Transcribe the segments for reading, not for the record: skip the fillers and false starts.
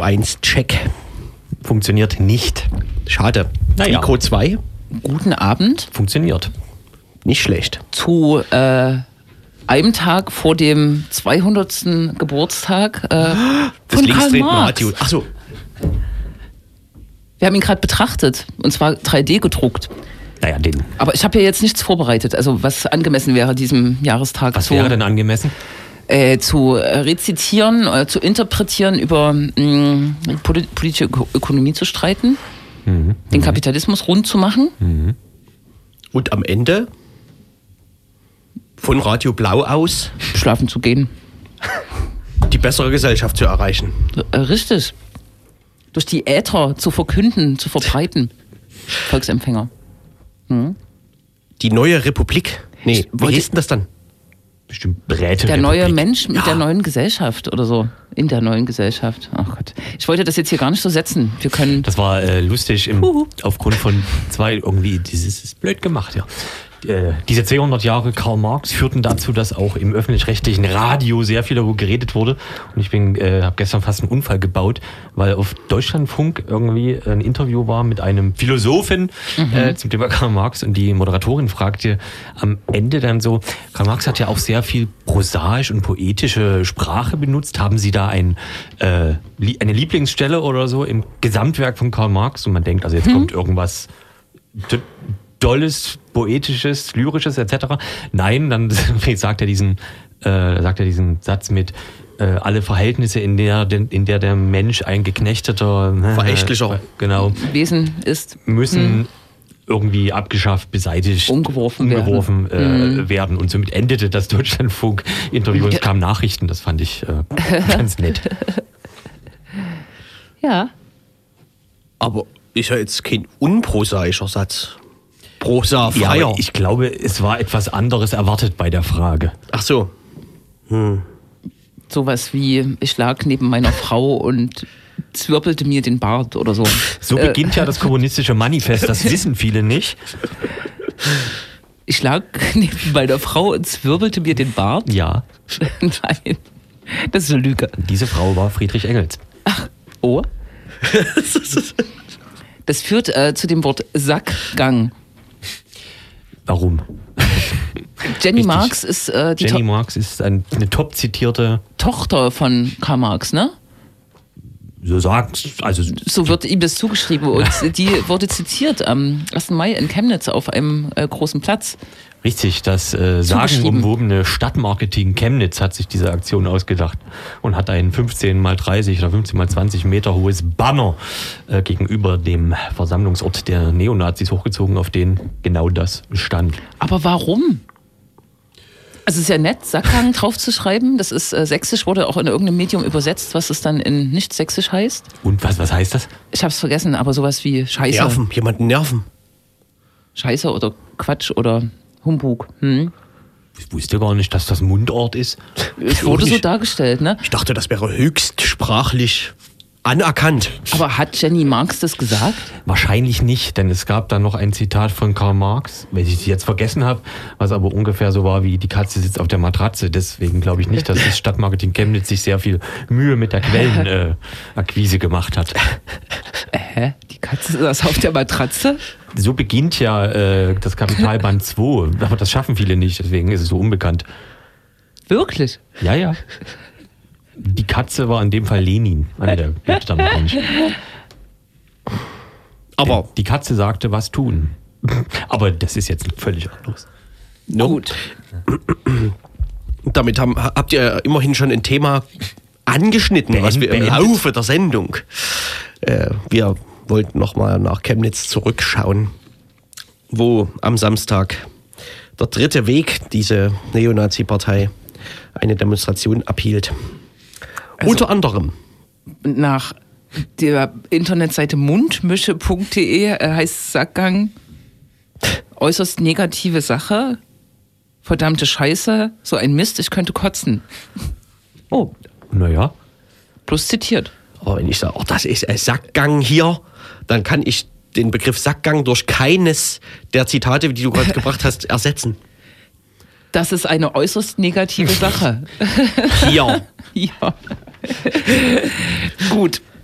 1-Check. Funktioniert nicht. Schade. Naja. Mikro 2. Guten Abend. Funktioniert. Nicht schlecht. Zu einem Tag vor dem 200. Geburtstag Das von Karl linksdrehende Marx. Radio. Achso. Wir haben ihn gerade betrachtet, und zwar 3D gedruckt. Naja, den. Aber ich habe hier jetzt nichts vorbereitet, also was angemessen wäre diesem Jahrestag. Was wäre denn angemessen? Zu rezitieren, zu interpretieren, über politische Ökonomie zu streiten, den Kapitalismus rund zu machen. Und am Ende von Radio Blau aus Schlafen zu gehen. die bessere Gesellschaft zu erreichen. Richtig. Durch die Äther zu verkünden, zu verbreiten. Volksempfänger. Die neue Republik. Nee, wie hieß denn das dann? Bestimmt Räte. Der neue Mensch mit der neuen Gesellschaft oder so. In der neuen Gesellschaft. Ach Gott. Ich wollte das jetzt hier gar nicht so setzen. Wir können. Das war lustig aufgrund von zwei irgendwie. Das ist blöd gemacht, ja. Diese 200 Jahre Karl Marx führten dazu, dass auch im öffentlich-rechtlichen Radio sehr viel darüber geredet wurde. Und ich habe gestern fast einen Unfall gebaut, weil auf Deutschlandfunk irgendwie ein Interview war mit einem Philosophen zum Thema Karl Marx. Und die Moderatorin fragte am Ende dann so, Karl Marx hat ja auch sehr viel prosaisch und poetische Sprache benutzt. Haben Sie da eine Lieblingsstelle oder so im Gesamtwerk von Karl Marx? Und man denkt, also jetzt kommt irgendwas Dolles, Poetisches, Lyrisches etc. Nein, dann sagt er diesen Satz mit alle Verhältnisse, in der der Mensch ein geknechteter Verächtlicher Wesen ist, müssen irgendwie abgeschafft, beseitigt, umgeworfen werden. Und somit endete das Deutschlandfunk-Interview und es kamen Nachrichten. Das fand ich ganz nett. Ja. Aber ist ja jetzt kein unprosaischer Satz. Prosa, Ja, Freier. aber ich glaube, es war etwas anderes erwartet bei der Frage. Ach so. Sowas wie, ich lag neben meiner Frau und zwirbelte mir den Bart oder so. So beginnt ja das kommunistische Manifest, das wissen viele nicht. Ich lag neben meiner Frau und zwirbelte mir den Bart? Ja, Nein, das ist eine Lüge. diese Frau war Friedrich Engels. Oh. Das führt zu dem Wort Sackgang. Warum? Jenny Richtig. Marx ist die Jenny Marx ist eine top zitierte, Tochter von Karl Marx, ne? so sagst, also So wird ihm das zugeschrieben. Und die wurde zitiert am 1. Mai in Chemnitz auf einem großen Platz. richtig, das sagenumwobene Stadtmarketing Chemnitz hat sich diese Aktion ausgedacht und hat ein 15x30 oder 15x20 Meter hohes Banner gegenüber dem Versammlungsort der Neonazis hochgezogen, auf den genau das stand. Aber warum? Also es ist ja nett, Sackgang draufzuschreiben. Das ist sächsisch, wurde auch in irgendeinem Medium übersetzt, was es dann in nicht sächsisch heißt. Und was heißt das? Ich hab's vergessen, aber sowas wie Scheiße. Nerven, jemanden nerven. Scheiße oder Quatsch oder Humbug. Ich wusste gar nicht, dass das Mundart ist. Es wurde so dargestellt, ne? Ich dachte, das wäre höchst sprachlich anerkannt. Aber hat Jenny Marx das gesagt? Wahrscheinlich nicht, denn es gab dann noch ein Zitat von Karl Marx, wenn ich es jetzt vergessen habe, was aber ungefähr so war wie die Katze sitzt auf der Matratze. Deswegen glaube ich nicht, dass das Stadtmarketing Chemnitz sich sehr viel Mühe mit der Quellenakquise gemacht hat. Die Katze saß auf der Matratze? So beginnt ja das Kapitalband 2, aber das schaffen viele nicht, deswegen ist es so unbekannt. Wirklich? Ja, ja. Die Katze war in dem Fall Lenin. Nein, der lebt da noch nicht. Aber Die Katze sagte, was tun. Aber das ist jetzt völlig anderes. Gut. damit habt ihr immerhin schon ein Thema angeschnitten, was wir im beendet. Laufe der Sendung. Wir wollten nochmal nach Chemnitz zurückschauen, wo am Samstag der Dritte Weg, diese Neonazi-Partei, eine Demonstration abhielt. Also- Unter anderem. Nach der Internetseite mundmische.de heißt Sackgang äußerst negative Sache, verdammte Scheiße, so ein Mist, ich könnte kotzen. Oh, naja. Plus zitiert. Aber wenn ich sage, oh, das ist ein Sackgang hier, dann kann ich den Begriff Sackgang durch keines der Zitate, die du gerade gebracht hast, ersetzen. Das ist eine äußerst negative Sache. Hier. Ja. Gut.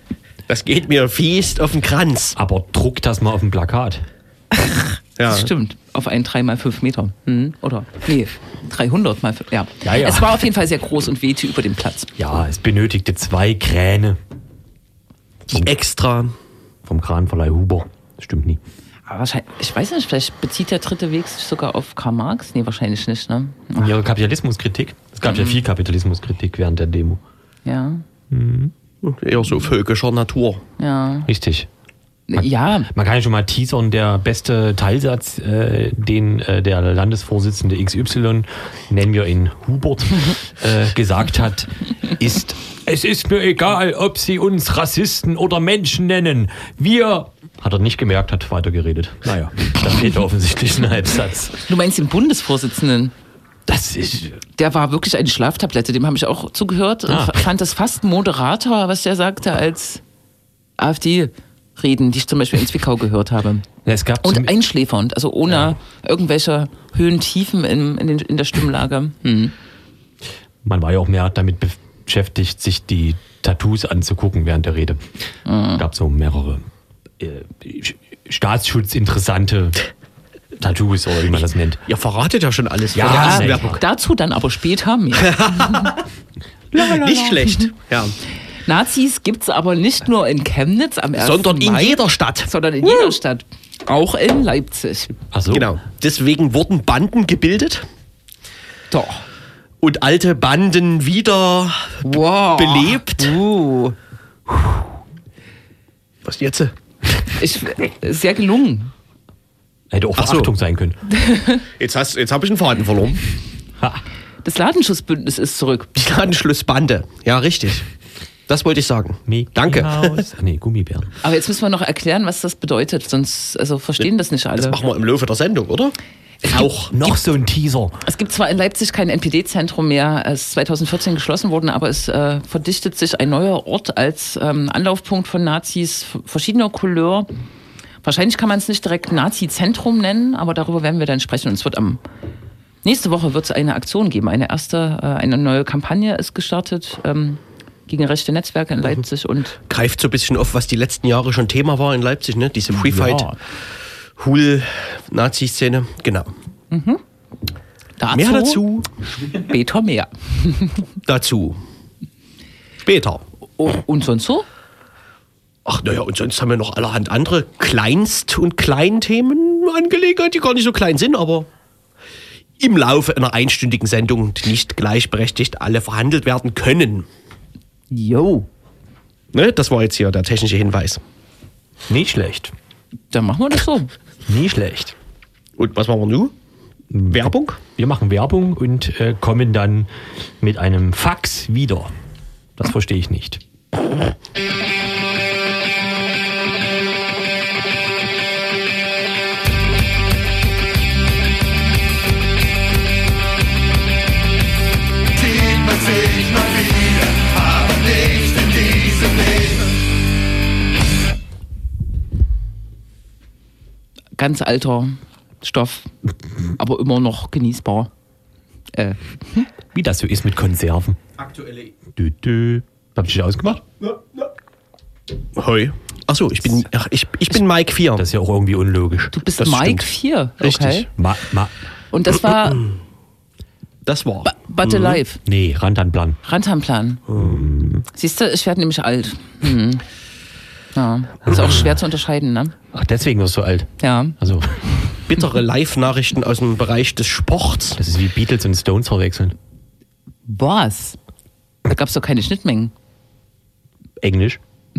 Das geht mir fies auf den Kranz. Aber druck das mal auf ein Plakat. Ja. Das stimmt. Auf einen 3x5 Meter. Oder? Nee, 300 mal 5. Ja. Ja. Es war auf jeden Fall sehr groß und wehte über den Platz. Ja, es benötigte 2 Kräne Die extra. vom Kranverleih Huber. Das stimmt nie. Aber wahrscheinlich, ich weiß nicht, vielleicht bezieht der dritte Weg sich sogar auf Karl Marx? Nee, wahrscheinlich nicht, ne? In ihrer Kapitalismuskritik. Es gab ja viel Kapitalismuskritik während der Demo. Ja. Eher so völkischer Natur. Ja. Richtig. Ja. Man kann ja schon mal teasern, der beste Teilsatz, den der Landesvorsitzende XY, nennen wir ihn Hubert, gesagt hat, ist: Es ist mir egal, ob Sie uns Rassisten oder Menschen nennen. Wir, hat er nicht gemerkt, hat weitergeredet. Naja, da fehlt offensichtlich ein Halbsatz. Du meinst den Bundesvorsitzenden? Das ist... Der war wirklich eine Schlaftablette, dem habe ich auch zugehört und fand das fast moderater, was der sagte, als AfD-Reden, die ich zum Beispiel in Zwickau gehört habe. Ja, es gab Und einschläfernd, also ohne irgendwelche Höhen, Tiefen in der Stimmlage. Man war ja auch mehr damit beschäftigt, sich die Tattoos anzugucken während der Rede. Gab so mehrere staatsschutzinteressante Tattoos, oder wie man das nennt. Ihr verratet ja schon alles. Ja, vor der ersten nee. Werbung. Dazu dann aber später mehr. Nicht schlecht. Ja. Nazis gibt es aber nicht nur in Chemnitz am 1. Sondern in Mai, jeder Stadt. sondern in jeder Stadt. Auch in Leipzig. Ach so. Genau. Deswegen wurden Banden gebildet Doch. und alte Banden wieder belebt. Was jetzt? Sehr gelungen. Hätte auch Ach so. Verachtung sein können. Jetzt habe ich einen Faden verloren. Ha. Das Ladenschutzbündnis ist zurück. Die Ladenschlussbande. Ja, richtig. Das wollte ich sagen. Mickey Danke. Mouse. Ach nee, Gummibären. Aber jetzt müssen wir noch erklären, was das bedeutet, sonst verstehen das nicht alle. Das machen wir im Laufe der Sendung, oder? Auch. Noch so ein Teaser. Es gibt zwar in Leipzig kein NPD-Zentrum mehr, es ist 2014 geschlossen worden, aber es verdichtet sich ein neuer Ort als Anlaufpunkt von Nazis verschiedener Couleur. Wahrscheinlich kann man es nicht direkt Nazi-Zentrum nennen, aber darüber werden wir dann sprechen. Und es wird nächste Woche wird es eine Aktion geben. Eine neue Kampagne ist gestartet gegen rechte Netzwerke in Leipzig und Greift so ein bisschen auf, was die letzten Jahre schon Thema war in Leipzig, ne? Diese Free Fight, Nazi-Szene. Genau. Mehr dazu. Später mehr. Dazu. Später. Und sonst so? Ach naja, und sonst haben wir noch allerhand andere Kleinst- und Kleinthemen angelegt, die gar nicht so klein sind, aber im Laufe einer einstündigen Sendung nicht gleichberechtigt alle verhandelt werden können. Jo. Ne, das war jetzt hier der technische Hinweis. Nicht schlecht. Dann machen wir das so. Nie schlecht. Und was machen wir nun? Werbung? Wir machen Werbung und kommen dann mit einem Fax wieder. Das verstehe ich nicht. Sich mal wieder, aber nicht in diesem Leben. Ganz alter Stoff, aber immer noch genießbar. Wie das so ist mit Konserven. Aktuelle. Hab ich dich ausgemacht? Hoi. Achso, ich bin Mike 4. Das ist ja auch irgendwie unlogisch. Du bist Das Mike stimmt. 4, okay. Richtig. Und das war Das war. But Alive, Nee, Rantanplan. Rantanplan. Siehst du, ich werde nämlich alt. Ja, ist auch schwer zu unterscheiden, ne? Ach, deswegen wirst du alt. Ja. Also, Bittere Live-Nachrichten aus dem Bereich des Sports. das ist wie Beatles und Stones verwechseln. Was? Da gab es doch keine Schnittmengen. Englisch.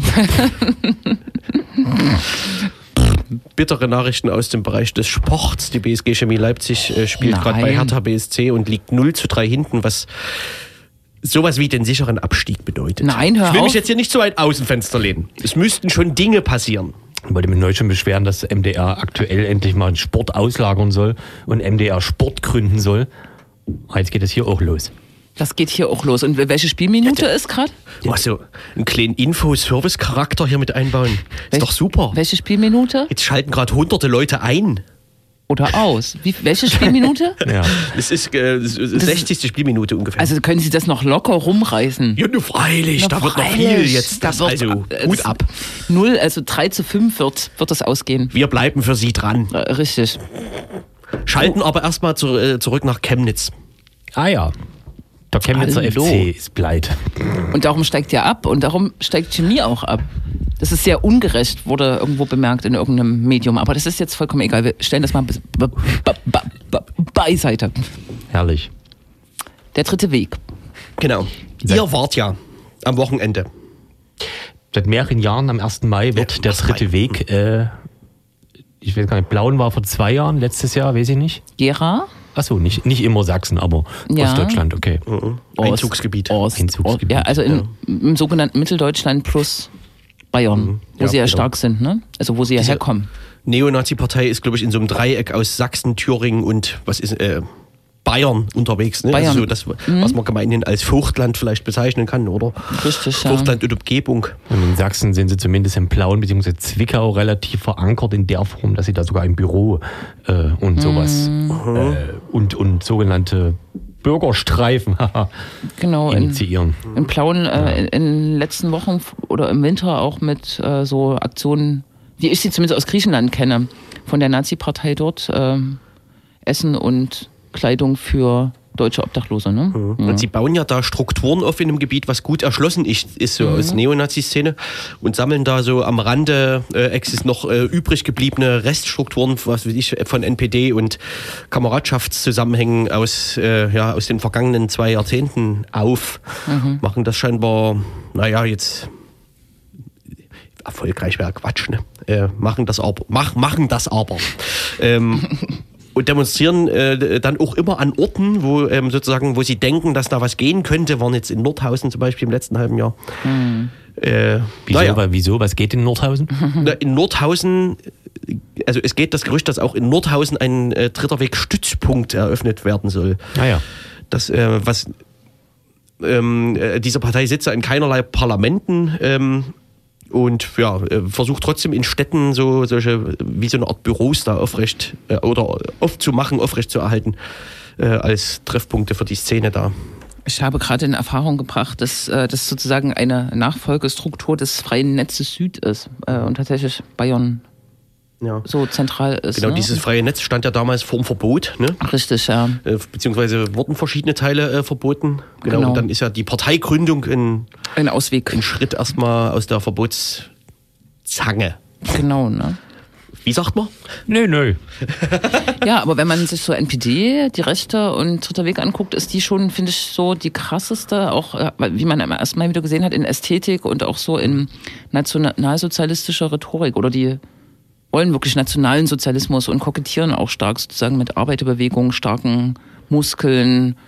Bittere Nachrichten aus dem Bereich des Sports. Die BSG Chemie Leipzig spielt Nein. gerade bei Hertha BSC und liegt 0:3 hinten, was sowas wie den sicheren Abstieg bedeutet. Nein, hör Ich will mich auf. jetzt hier nicht so weit aus dem Fenster lehnen. Es müssten schon Dinge passieren. Ich wollte mich neu schon beschweren, dass MDR aktuell endlich mal einen Sport auslagern soll und MDR Sport gründen soll. Jetzt geht es hier auch los. Das geht hier auch los. Und welche Spielminute ist gerade? Du hast so einen kleinen Info-Service-Charakter hier mit einbauen. Ist doch super. Welche Spielminute? Jetzt schalten gerade hunderte Leute ein. oder aus? Welche Spielminute? Ja. Es ist 60. Spielminute ungefähr. Also können Sie das noch locker rumreißen? Ja, nur freilich, da wird noch viel jetzt. Da wird, also gut ab. 3:5 wird das ausgehen. Wir bleiben für Sie dran. Richtig. Schalten aber erstmal zurück nach Chemnitz. Ah ja. Der Chemnitzer Hallo. FC ist pleite. Und darum steigt ja ab und darum steigt Chemie auch ab. Das ist sehr ungerecht, wurde irgendwo bemerkt in irgendeinem Medium. Aber das ist jetzt vollkommen egal. Wir stellen das mal beiseite. Herrlich. Der dritte Weg. Genau. Ihr wart ja am Wochenende. Seit mehreren Jahren am 1. Mai wird der 1. dritte Mai. Weg, ich weiß gar nicht, Blauen war vor 2 Jahren, letztes Jahr, weiß ich nicht. Gera? Achso, nicht immer Sachsen, aber Ja. Ostdeutschland, okay. Einzugsgebiet. Einzugsgebiet. Ja, also im sogenannten Mitteldeutschland plus Bayern, wo Ja, sie ja genau. stark sind, ne? Also wo sie ja herkommen. Neonazi-Partei ist, glaube ich, in so einem Dreieck aus Sachsen, Thüringen und Bayern unterwegs. Ne? Bayern. Also so das, was man gemeinhin als Vogtland vielleicht bezeichnen kann, oder? Richtig, ja. Vogtland und Umgebung. Und in Sachsen sind sie zumindest in Plauen bzw. Zwickau relativ verankert in der Form, dass sie da sogar ein Büro und sowas und sogenannte Bürgerstreifen Genau. initiieren. In Plauen in den letzten Wochen oder im Winter auch mit so Aktionen, wie ich sie zumindest aus Griechenland kenne, von der Nazi-Partei dort, Essen und Kleidung für deutsche Obdachlose. Ne? Und sie bauen ja da Strukturen auf in einem Gebiet, was gut erschlossen ist so aus Neonazi-Szene und sammeln da so am Rande noch übrig gebliebene Reststrukturen, was weiß ich, von NPD und Kameradschaftszusammenhängen aus den vergangenen 2 Jahrzehnten auf. Machen das scheinbar, jetzt erfolgreich wäre Quatsch, ne? Machen das aber. Und demonstrieren dann auch immer an Orten, wo wo sie denken, dass da was gehen könnte. Waren jetzt in Nordhausen zum Beispiel im letzten halben Jahr. Wieso? Was geht in Nordhausen? In Nordhausen, also es geht das Gerücht, dass auch in Nordhausen ein dritter Weg-Stützpunkt eröffnet werden soll. Naja. Das, diese Partei sitzt ja in keinerlei Parlamenten und versucht trotzdem in Städten solche wie so eine Art Büros da aufrecht zu erhalten als Treffpunkte für die Szene da. Ich habe gerade in Erfahrung gebracht, dass das sozusagen eine Nachfolgestruktur des Freien Netzes Süd ist und tatsächlich Bayern so zentral ist. Genau, ne? dieses freie Netz stand ja damals vorm Verbot, ne? Richtig, ja. Beziehungsweise wurden verschiedene Teile verboten. Genau. Und dann ist ja die Parteigründung Ein Ausweg. ein Schritt erstmal aus der Verbotszange. Genau, ne? Wie sagt man? Nö. Ja, aber wenn man sich so NPD, die Rechte und Dritter Weg anguckt, ist die schon, finde ich, so die krasseste, auch wie man am ersten Mal wieder gesehen hat, in Ästhetik und auch so in nationalsozialistischer Rhetorik. Oder die wollen wirklich nationalen Sozialismus und kokettieren auch stark sozusagen mit Arbeiterbewegungen, starken Muskeln,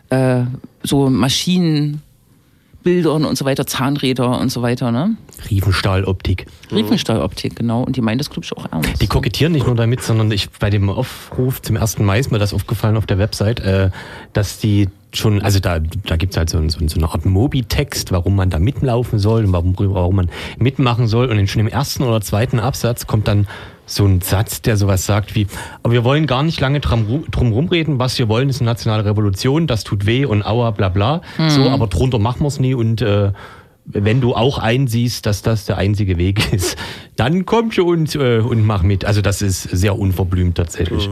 so Maschinenbildern und so weiter, Zahnräder und so weiter, ne? Riefenstahloptik. Riefenstahloptik, genau. Und die meinen das, glaube ich, auch ernst. Die kokettieren nicht nur damit, sondern bei dem Aufruf zum 1. Mai ist mir das aufgefallen auf der Website, dass die schon, also da gibt es halt so eine Art Mobi-Text, warum man da mitlaufen soll und warum man mitmachen soll. Und schon im 1. oder 2. Absatz kommt dann so ein Satz, der sowas sagt wie, aber wir wollen gar nicht lange drum rumreden, was wir wollen, ist eine nationale Revolution, das tut weh und aua, bla bla. So, aber drunter machen wir es nie und wenn du auch einsiehst, dass das der einzige Weg ist, dann komm schon und mach mit. Also das ist sehr unverblümt tatsächlich.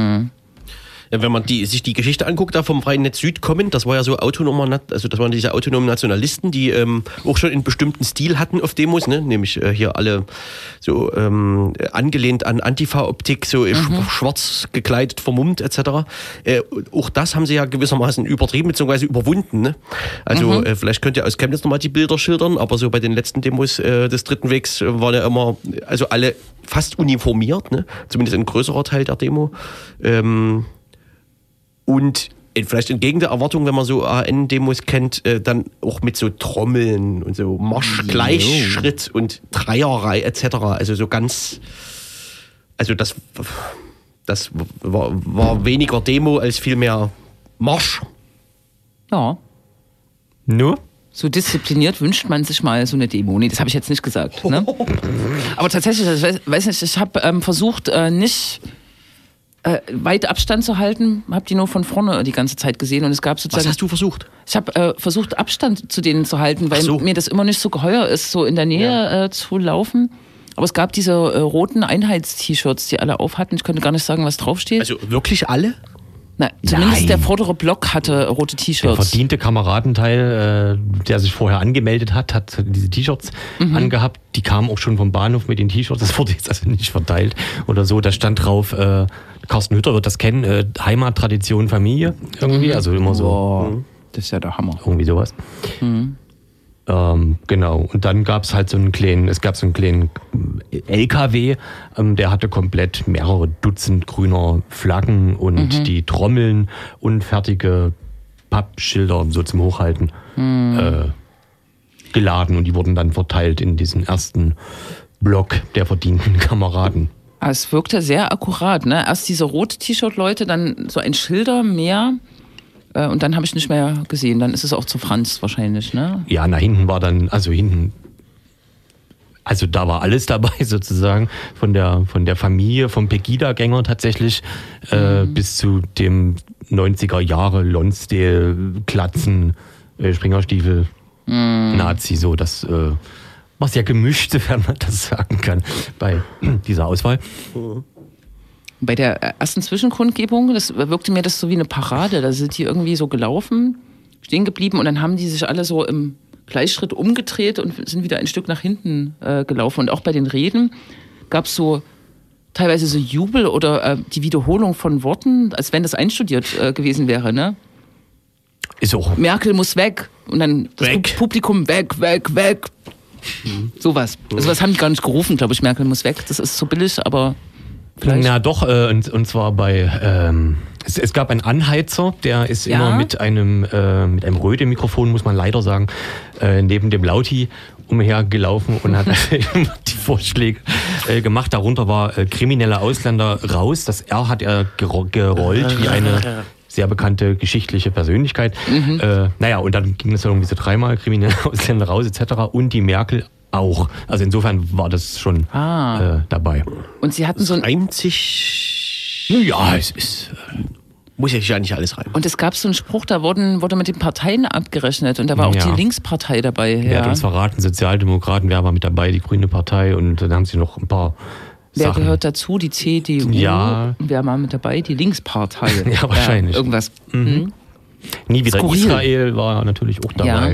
Wenn man sich die Geschichte anguckt, da vom Freien Netz Süd kommen, das war ja so das waren diese autonomen Nationalisten, die auch schon einen bestimmten Stil hatten auf Demos, ne? Nämlich hier alle so angelehnt an Antifa-Optik, so schwarz gekleidet, vermummt etc. Auch das haben sie ja gewissermaßen übertrieben bzw. überwunden. Ne? Also vielleicht könnt ihr aus Chemnitz nochmal die Bilder schildern, aber so bei den letzten Demos des Dritten Wegs waren ja immer, also alle fast uniformiert, ne? Zumindest ein größerer Teil der Demo. Und vielleicht entgegen der Erwartung, wenn man so AN-Demos kennt, dann auch mit so Trommeln und so Marschgleichschritt und Dreierreihe etc. Also so ganz, also das war weniger Demo als vielmehr Marsch. Ja. Nur? So diszipliniert wünscht man sich mal so eine Demo. Nee, das habe ich jetzt nicht gesagt. Ne? Aber tatsächlich, ich weiß nicht, ich habe versucht, nicht weit Abstand zu halten, habe die nur von vorne die ganze Zeit gesehen und es gab sozusagen... Was hast du versucht? Ich habe versucht, Abstand zu denen zu halten, weil mir das immer nicht so geheuer ist, so in der Nähe zu laufen. Aber es gab diese roten Einheits-T-Shirts, die alle auf hatten. Ich könnte gar nicht sagen, was draufsteht. Also wirklich alle? Na, zumindest der vordere Block hatte rote Der T-Shirts. verdiente Kameradenteil, der sich vorher angemeldet hat diese T-Shirts angehabt. Die kamen auch schon vom Bahnhof mit den T-Shirts. Das wurde jetzt also nicht verteilt oder so. Da stand drauf, Carsten Hütter wird das kennen, Heimat, Tradition, Familie irgendwie. Also immer so. Wow, das ist ja der Hammer. Irgendwie sowas. Genau. Und dann gab es halt so einen kleinen LKW, der hatte komplett mehrere Dutzend grüner Flaggen und die Trommeln und fertige Pappschilder so zum Hochhalten geladen und die wurden dann verteilt in diesen ersten Block der verdienten Kameraden. Es wirkte sehr akkurat, ne? Erst diese rote T-Shirt-Leute, dann so ein Schildermeer und dann habe ich nicht mehr gesehen. Dann ist es auch zu Franz wahrscheinlich, ne? Ja, hinten war dann, also da war alles dabei sozusagen, von der Familie, vom Pegida-Gänger tatsächlich bis zu dem 90er Jahre Lonsdale, Glatzen, Springerstiefel, Nazi, so das war sehr gemischt, wenn man das sagen kann, bei dieser Auswahl. Bei der ersten Zwischenkundgebung, das wirkte mir das so wie eine Parade. Da sind die irgendwie so gelaufen, stehen geblieben und dann haben die sich alle so im Gleichschritt umgedreht und sind wieder ein Stück nach hinten gelaufen. Und auch bei den Reden gab es so teilweise so Jubel oder die Wiederholung von Worten, als wenn das einstudiert gewesen wäre, ne? Ist auch. Merkel muss weg. Und dann das Publikum weg. Sowas. Also was haben die gar nicht gerufen, glaube ich, Merkel muss weg. Das ist so billig, aber vielleicht. Na doch, und zwar bei, es gab einen Anheizer, der ist immer mit einem Röde-Mikrofon, muss man leider sagen, neben dem Lauti umhergelaufen und hat immer die Vorschläge gemacht. Darunter war kriminelle Ausländer raus. Das R hat er gerollt wie eine sehr bekannte geschichtliche Persönlichkeit. Und dann ging es irgendwie so dreimal, kriminelle Ausländer raus etc. Und die Merkel auch. Also insofern war das schon dabei. Und sie hatten so ein... Reimt sich... Ja, es ist... Muss ja nicht alles reimen. Und es gab so einen Spruch, da wurde mit den Parteien abgerechnet und da war auch die Linkspartei dabei. Wer hat uns verraten? Sozialdemokraten, wer war mit dabei? Die Grüne Partei und dann haben sie noch ein paar Wer Sachen. gehört dazu? Die CDU? Ja. Wer war mit dabei? Die Linkspartei. Ja, wahrscheinlich. Irgendwas. Nie wieder Skurril. Israel war natürlich auch dabei. Ja.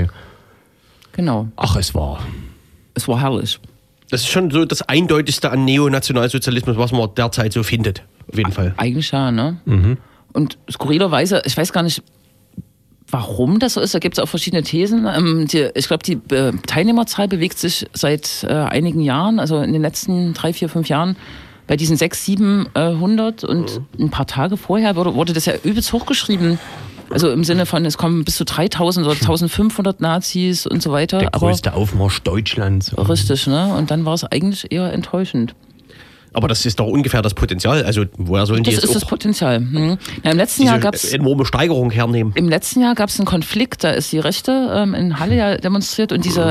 Genau. Ach, es war herrlich. Das ist schon so das Eindeutigste an Neonationalsozialismus, was man derzeit so findet. Auf jeden Fall. Eigentlich ja, ne? Und skurrilerweise, ich weiß gar nicht, warum das so ist. Da gibt es auch verschiedene Thesen. Ich glaube, die Teilnehmerzahl bewegt sich seit einigen Jahren, also in den letzten 3, 4, 5 Jahren, bei diesen 600, 700 und ein paar Tage vorher wurde das ja übelst hochgeschrieben. Also im Sinne von, es kommen bis zu 3000 oder 1500 Nazis und so weiter. der größte Aufmarsch Deutschlands. Richtig, ne? Und dann war es eigentlich eher enttäuschend. Aber das ist doch ungefähr das Potenzial. Also woher sollen die Das jetzt ist auch das Potenzial. Ja, im letzten Jahr gab's enorme Steigerung hernehmen? Im letzten Jahr gab es einen Konflikt, da ist die Rechte in Halle ja demonstriert und das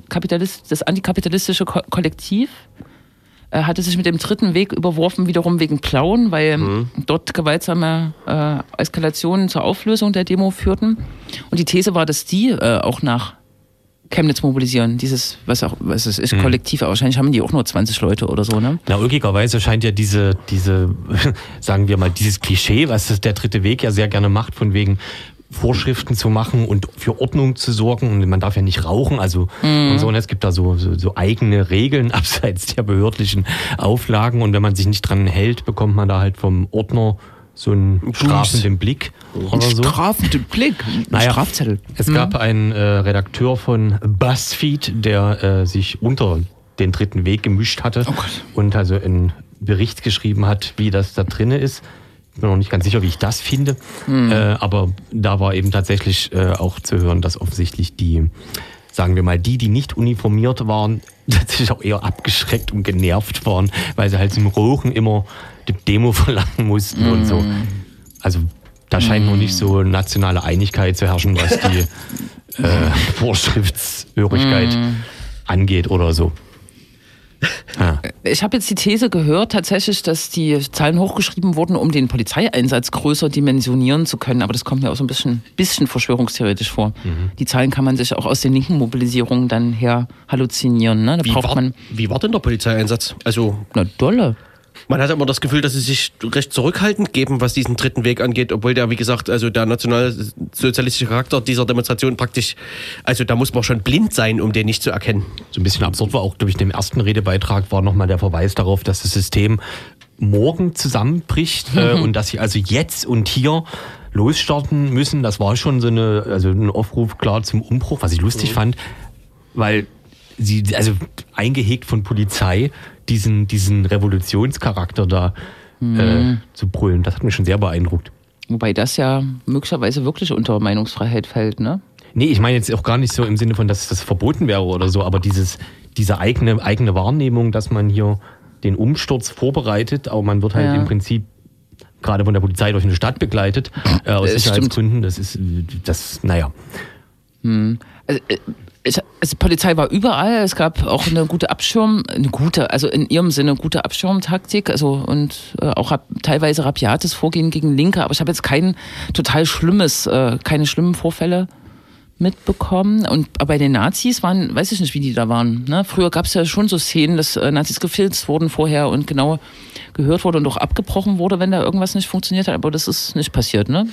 antikapitalistische Kollektiv hatte sich mit dem dritten Weg überworfen, wiederum wegen Plauen, weil dort gewaltsame Eskalationen zur Auflösung der Demo führten. Und die These war, dass die auch nach Chemnitz mobilisieren, dieses, was es ist, Kollektiv, wahrscheinlich haben die auch nur 20 Leute oder so, ne? Na, ulkigerweise scheint ja diese, sagen wir mal, dieses Klischee, was der dritte Weg ja sehr gerne macht, von wegen Vorschriften zu machen und für Ordnung zu sorgen und man darf ja nicht rauchen, also und so, und es gibt da so eigene Regeln abseits der behördlichen Auflagen und wenn man sich nicht dran hält, bekommt man da halt vom Ordner so einen strafenden Blick oder so. Strafenden Blick? Strafzettel. Es gab einen Redakteur von BuzzFeed, der sich unter den dritten Weg gemischt hatte und also einen Bericht geschrieben hat, wie das da drinne ist. Ich bin noch nicht ganz sicher, wie ich das finde, aber da war eben tatsächlich auch zu hören, dass offensichtlich die, sagen wir mal, die nicht uniformiert waren, tatsächlich auch eher abgeschreckt und genervt waren, weil sie halt zum Rauchen immer die Demo verlangen mussten und so. Also da scheint noch nicht so nationale Einigkeit zu herrschen, was die Vorschriftshörigkeit angeht oder so. Ich habe jetzt die These gehört, tatsächlich, dass die Zahlen hochgeschrieben wurden, um den Polizeieinsatz größer dimensionieren zu können. Aber das kommt mir auch so ein bisschen verschwörungstheoretisch vor. Die Zahlen kann man sich auch aus den linken Mobilisierungen dann her halluzinieren. Ne? Wie war denn der Polizeieinsatz? Also, na dolle. Man hat immer das Gefühl, dass sie sich recht zurückhaltend geben, was diesen dritten Weg angeht, obwohl der, wie gesagt, also der nationalsozialistische Charakter dieser Demonstration praktisch, also da muss man schon blind sein, um den nicht zu erkennen. So ein bisschen absurd war auch, glaube ich, in dem ersten Redebeitrag war nochmal der Verweis darauf, dass das System morgen zusammenbricht und dass sie also jetzt und hier losstarten müssen. Das war schon so ein Aufruf klar zum Umbruch, was ich lustig fand, weil sie, also eingehegt von Polizei, diesen Revolutionscharakter da zu brüllen. Das hat mich schon sehr beeindruckt. Wobei das ja möglicherweise wirklich unter Meinungsfreiheit fällt, ne? Nee, ich meine jetzt auch gar nicht so im Sinne von, dass das verboten wäre oder so, aber diese eigene Wahrnehmung, dass man hier den Umsturz vorbereitet, aber man wird halt im Prinzip gerade von der Polizei durch eine Stadt begleitet, aus Sicherheitsgründen. Naja. Die Polizei war überall, es gab auch eine gute also in ihrem Sinne gute Abschirmtaktik, also und auch teilweise rabiates Vorgehen gegen Linke, aber ich habe jetzt keine schlimmen Vorfälle mitbekommen. Und bei den Nazis weiß ich nicht, wie die da waren. Ne? Früher gab es ja schon so Szenen, dass Nazis gefilzt wurden vorher und genau gehört wurde und auch abgebrochen wurde, wenn da irgendwas nicht funktioniert hat. Aber das ist nicht passiert, ne?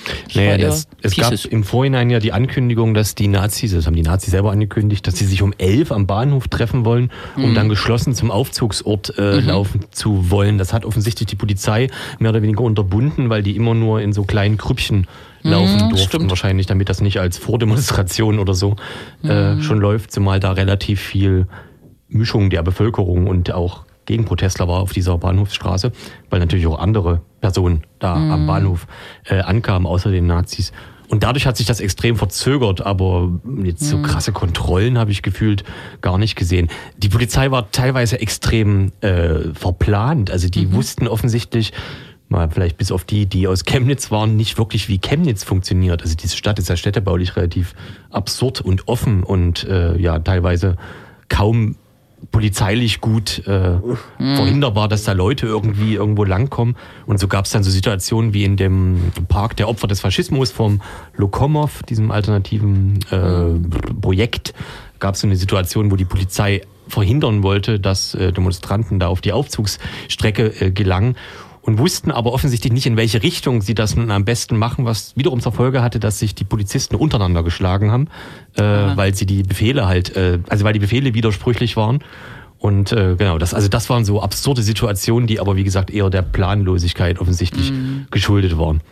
Es gab im Vorhinein ja die Ankündigung, dass die Nazis, das haben die Nazis selber angekündigt, dass sie sich um 11 am Bahnhof treffen wollen, um dann geschlossen zum Aufzugsort laufen zu wollen. Das hat offensichtlich die Polizei mehr oder weniger unterbunden, weil die immer nur in so kleinen Grüppchen laufen durften. Stimmt. Wahrscheinlich, damit das nicht als Vordemonstration oder so schon läuft, zumal da relativ viel Mischung der Bevölkerung und auch Gegenprotestler war auf dieser Bahnhofsstraße, weil natürlich auch andere Personen da am Bahnhof ankamen, außer den Nazis. Und dadurch hat sich das extrem verzögert, aber jetzt so krasse Kontrollen habe ich gefühlt gar nicht gesehen. Die Polizei war teilweise extrem verplant, also die wussten offensichtlich, mal vielleicht bis auf die aus Chemnitz waren, nicht wirklich, wie Chemnitz funktioniert. Also diese Stadt ist ja städtebaulich relativ absurd und offen und teilweise kaum polizeilich gut verhinderbar, dass da Leute irgendwie irgendwo langkommen. Und so gab es dann so Situationen wie in dem Park der Opfer des Faschismus vom Lokomow, diesem alternativen Projekt, gab es so eine Situation, wo die Polizei verhindern wollte, dass Demonstranten da auf die Aufzugsstrecke gelangen. Und wussten aber offensichtlich nicht, in welche Richtung sie das nun am besten machen, was wiederum zur Folge hatte, dass sich die Polizisten untereinander geschlagen haben, weil sie die Befehle weil die Befehle widersprüchlich waren. Und genau, das waren so absurde Situationen, die aber wie gesagt eher der Planlosigkeit offensichtlich geschuldet waren.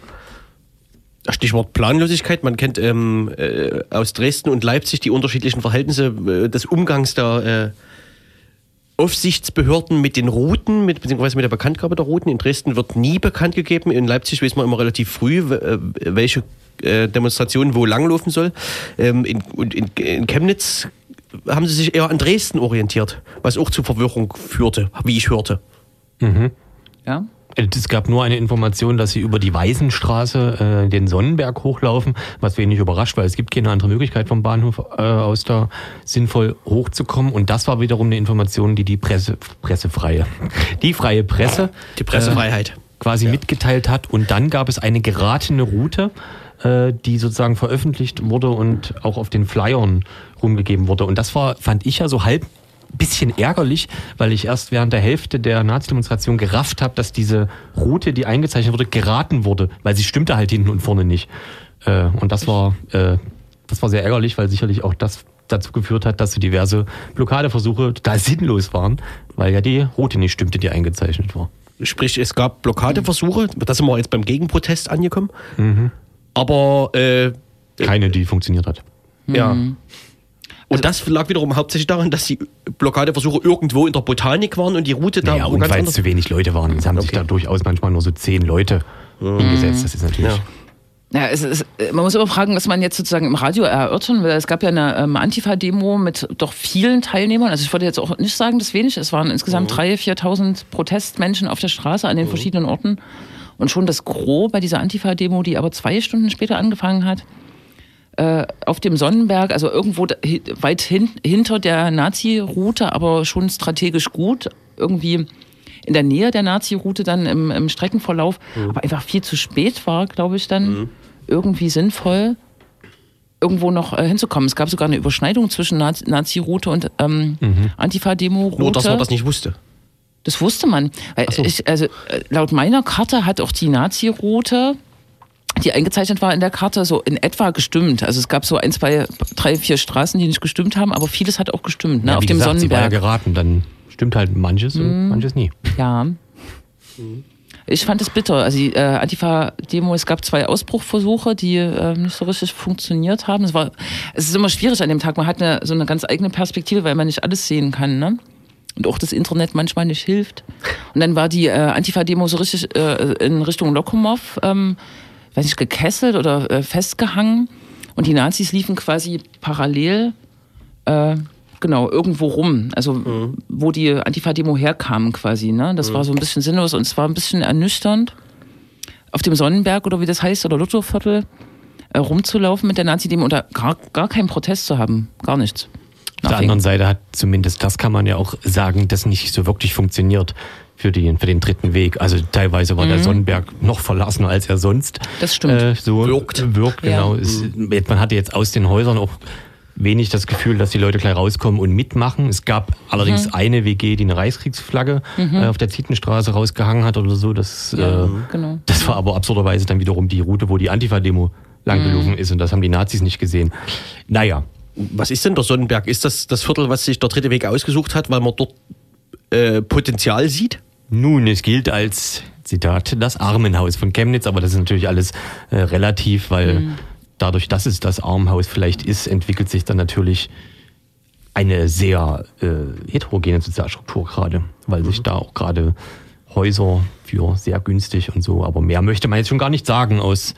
Stichwort Planlosigkeit, man kennt aus Dresden und Leipzig die unterschiedlichen Verhältnisse des Umgangs der Aufsichtsbehörden mit den Routen, beziehungsweise mit der Bekanntgabe der Routen. In Dresden wird nie bekannt gegeben. In Leipzig weiß man immer relativ früh, welche Demonstration wo langlaufen soll. In Chemnitz haben sie sich eher an Dresden orientiert, was auch zu Verwirrung führte, wie ich hörte. Ja. Es gab nur eine Information, dass sie über die Weisenstraße den Sonnenberg hochlaufen, was wenig überrascht, weil es gibt keine andere Möglichkeit vom Bahnhof aus da sinnvoll hochzukommen. Und das war wiederum eine Information, die die freie Presse, die Pressefreiheit quasi mitgeteilt hat. Und dann gab es eine geratene Route, die sozusagen veröffentlicht wurde und auch auf den Flyern rumgegeben wurde. Und das fand ich ja so halb bisschen ärgerlich, weil ich erst während der Hälfte der Nazi-Demonstration gerafft habe, dass diese Route, die eingezeichnet wurde, geraten wurde, weil sie stimmte halt hinten und vorne nicht. Und das war sehr ärgerlich, weil sicherlich auch das dazu geführt hat, dass so diverse Blockadeversuche total sinnlos waren, weil ja die Route nicht stimmte, die eingezeichnet war. Sprich, es gab Blockadeversuche, da sind wir jetzt beim Gegenprotest angekommen, aber keine, die funktioniert hat. Ja. Und das lag wiederum hauptsächlich daran, dass die Blockadeversuche irgendwo in der Botanik waren und die Route da... Ja, und weil es zu wenig Leute waren. Es haben sich da durchaus manchmal nur so 10 Leute hingesetzt. Das ist natürlich... Ja, man muss immer fragen, was man jetzt sozusagen im Radio erörtern will. Es gab ja eine Antifa-Demo mit doch vielen Teilnehmern. Also ich würde jetzt auch nicht sagen, das wenig. Es waren insgesamt 3.000, 4.000 Protestmenschen auf der Straße an den verschiedenen Orten. Und schon das Gros bei dieser Antifa-Demo, die aber 2 Stunden später angefangen hat, auf dem Sonnenberg, also irgendwo weit hinter der Nazi-Route, aber schon strategisch gut irgendwie in der Nähe der Nazi-Route dann im Streckenverlauf, aber einfach viel zu spät war, glaube ich, dann irgendwie sinnvoll, irgendwo noch hinzukommen. Es gab sogar eine Überschneidung zwischen Nazi-Route und Antifa-Demo-Route. Nur, dass man das nicht wusste. Das wusste man. So. Laut meiner Karte hat auch die Nazi-Route, die eingezeichnet war in der Karte, so in etwa gestimmt. Also es gab so 1, 2, 3, 4 Straßen, die nicht gestimmt haben, aber vieles hat auch gestimmt. Ne? Ja, auf wie dem gesagt, Sonnenberg. Sie war ja geraten, dann stimmt halt manches und manches nie. Ja. Ich fand es bitter. Also die Antifa-Demo, es gab 2 Ausbruchversuche, die nicht so richtig funktioniert haben. Es ist immer schwierig an dem Tag. Man hat so eine ganz eigene Perspektive, weil man nicht alles sehen kann, ne? Und auch das Internet manchmal nicht hilft. Und dann war die Antifa-Demo so richtig in Richtung Lokomow, weiß nicht, gekesselt oder festgehangen. Und die Nazis liefen quasi parallel, irgendwo rum. Also wo die Antifa-Demo herkam quasi. Ne? Das war so ein bisschen sinnlos und es war ein bisschen ernüchternd, auf dem Sonnenberg oder wie das heißt, oder Lutherviertel, rumzulaufen mit der Nazi-Demo und da gar keinen Protest zu haben. Gar nichts. Auf der anderen Seite hat zumindest, das kann man ja auch sagen, das nicht so wirklich funktioniert für den dritten Weg. Also teilweise war der Sonnenberg noch verlassener, als er sonst das stimmt. Wirkt, genau. Ja. Man hatte jetzt aus den Häusern auch wenig das Gefühl, dass die Leute gleich rauskommen und mitmachen. Es gab allerdings eine WG, die eine Reichskriegsflagge auf der Zietenstraße rausgehangen hat oder so. Das war aber absurderweise dann wiederum die Route, wo die Antifa-Demo langgelaufen ist und das haben die Nazis nicht gesehen. Naja. Was ist denn der Sonnenberg? Ist das Viertel, was sich der dritte Weg ausgesucht hat, weil man dort Potenzial sieht? Nun, es gilt als, Zitat, das Armenhaus von Chemnitz, aber das ist natürlich alles relativ, weil dadurch, dass es das Armenhaus vielleicht ist, entwickelt sich dann natürlich eine sehr heterogene Sozialstruktur gerade, weil sich da auch gerade Häuser für sehr günstig und so, aber mehr möchte man jetzt schon gar nicht sagen aus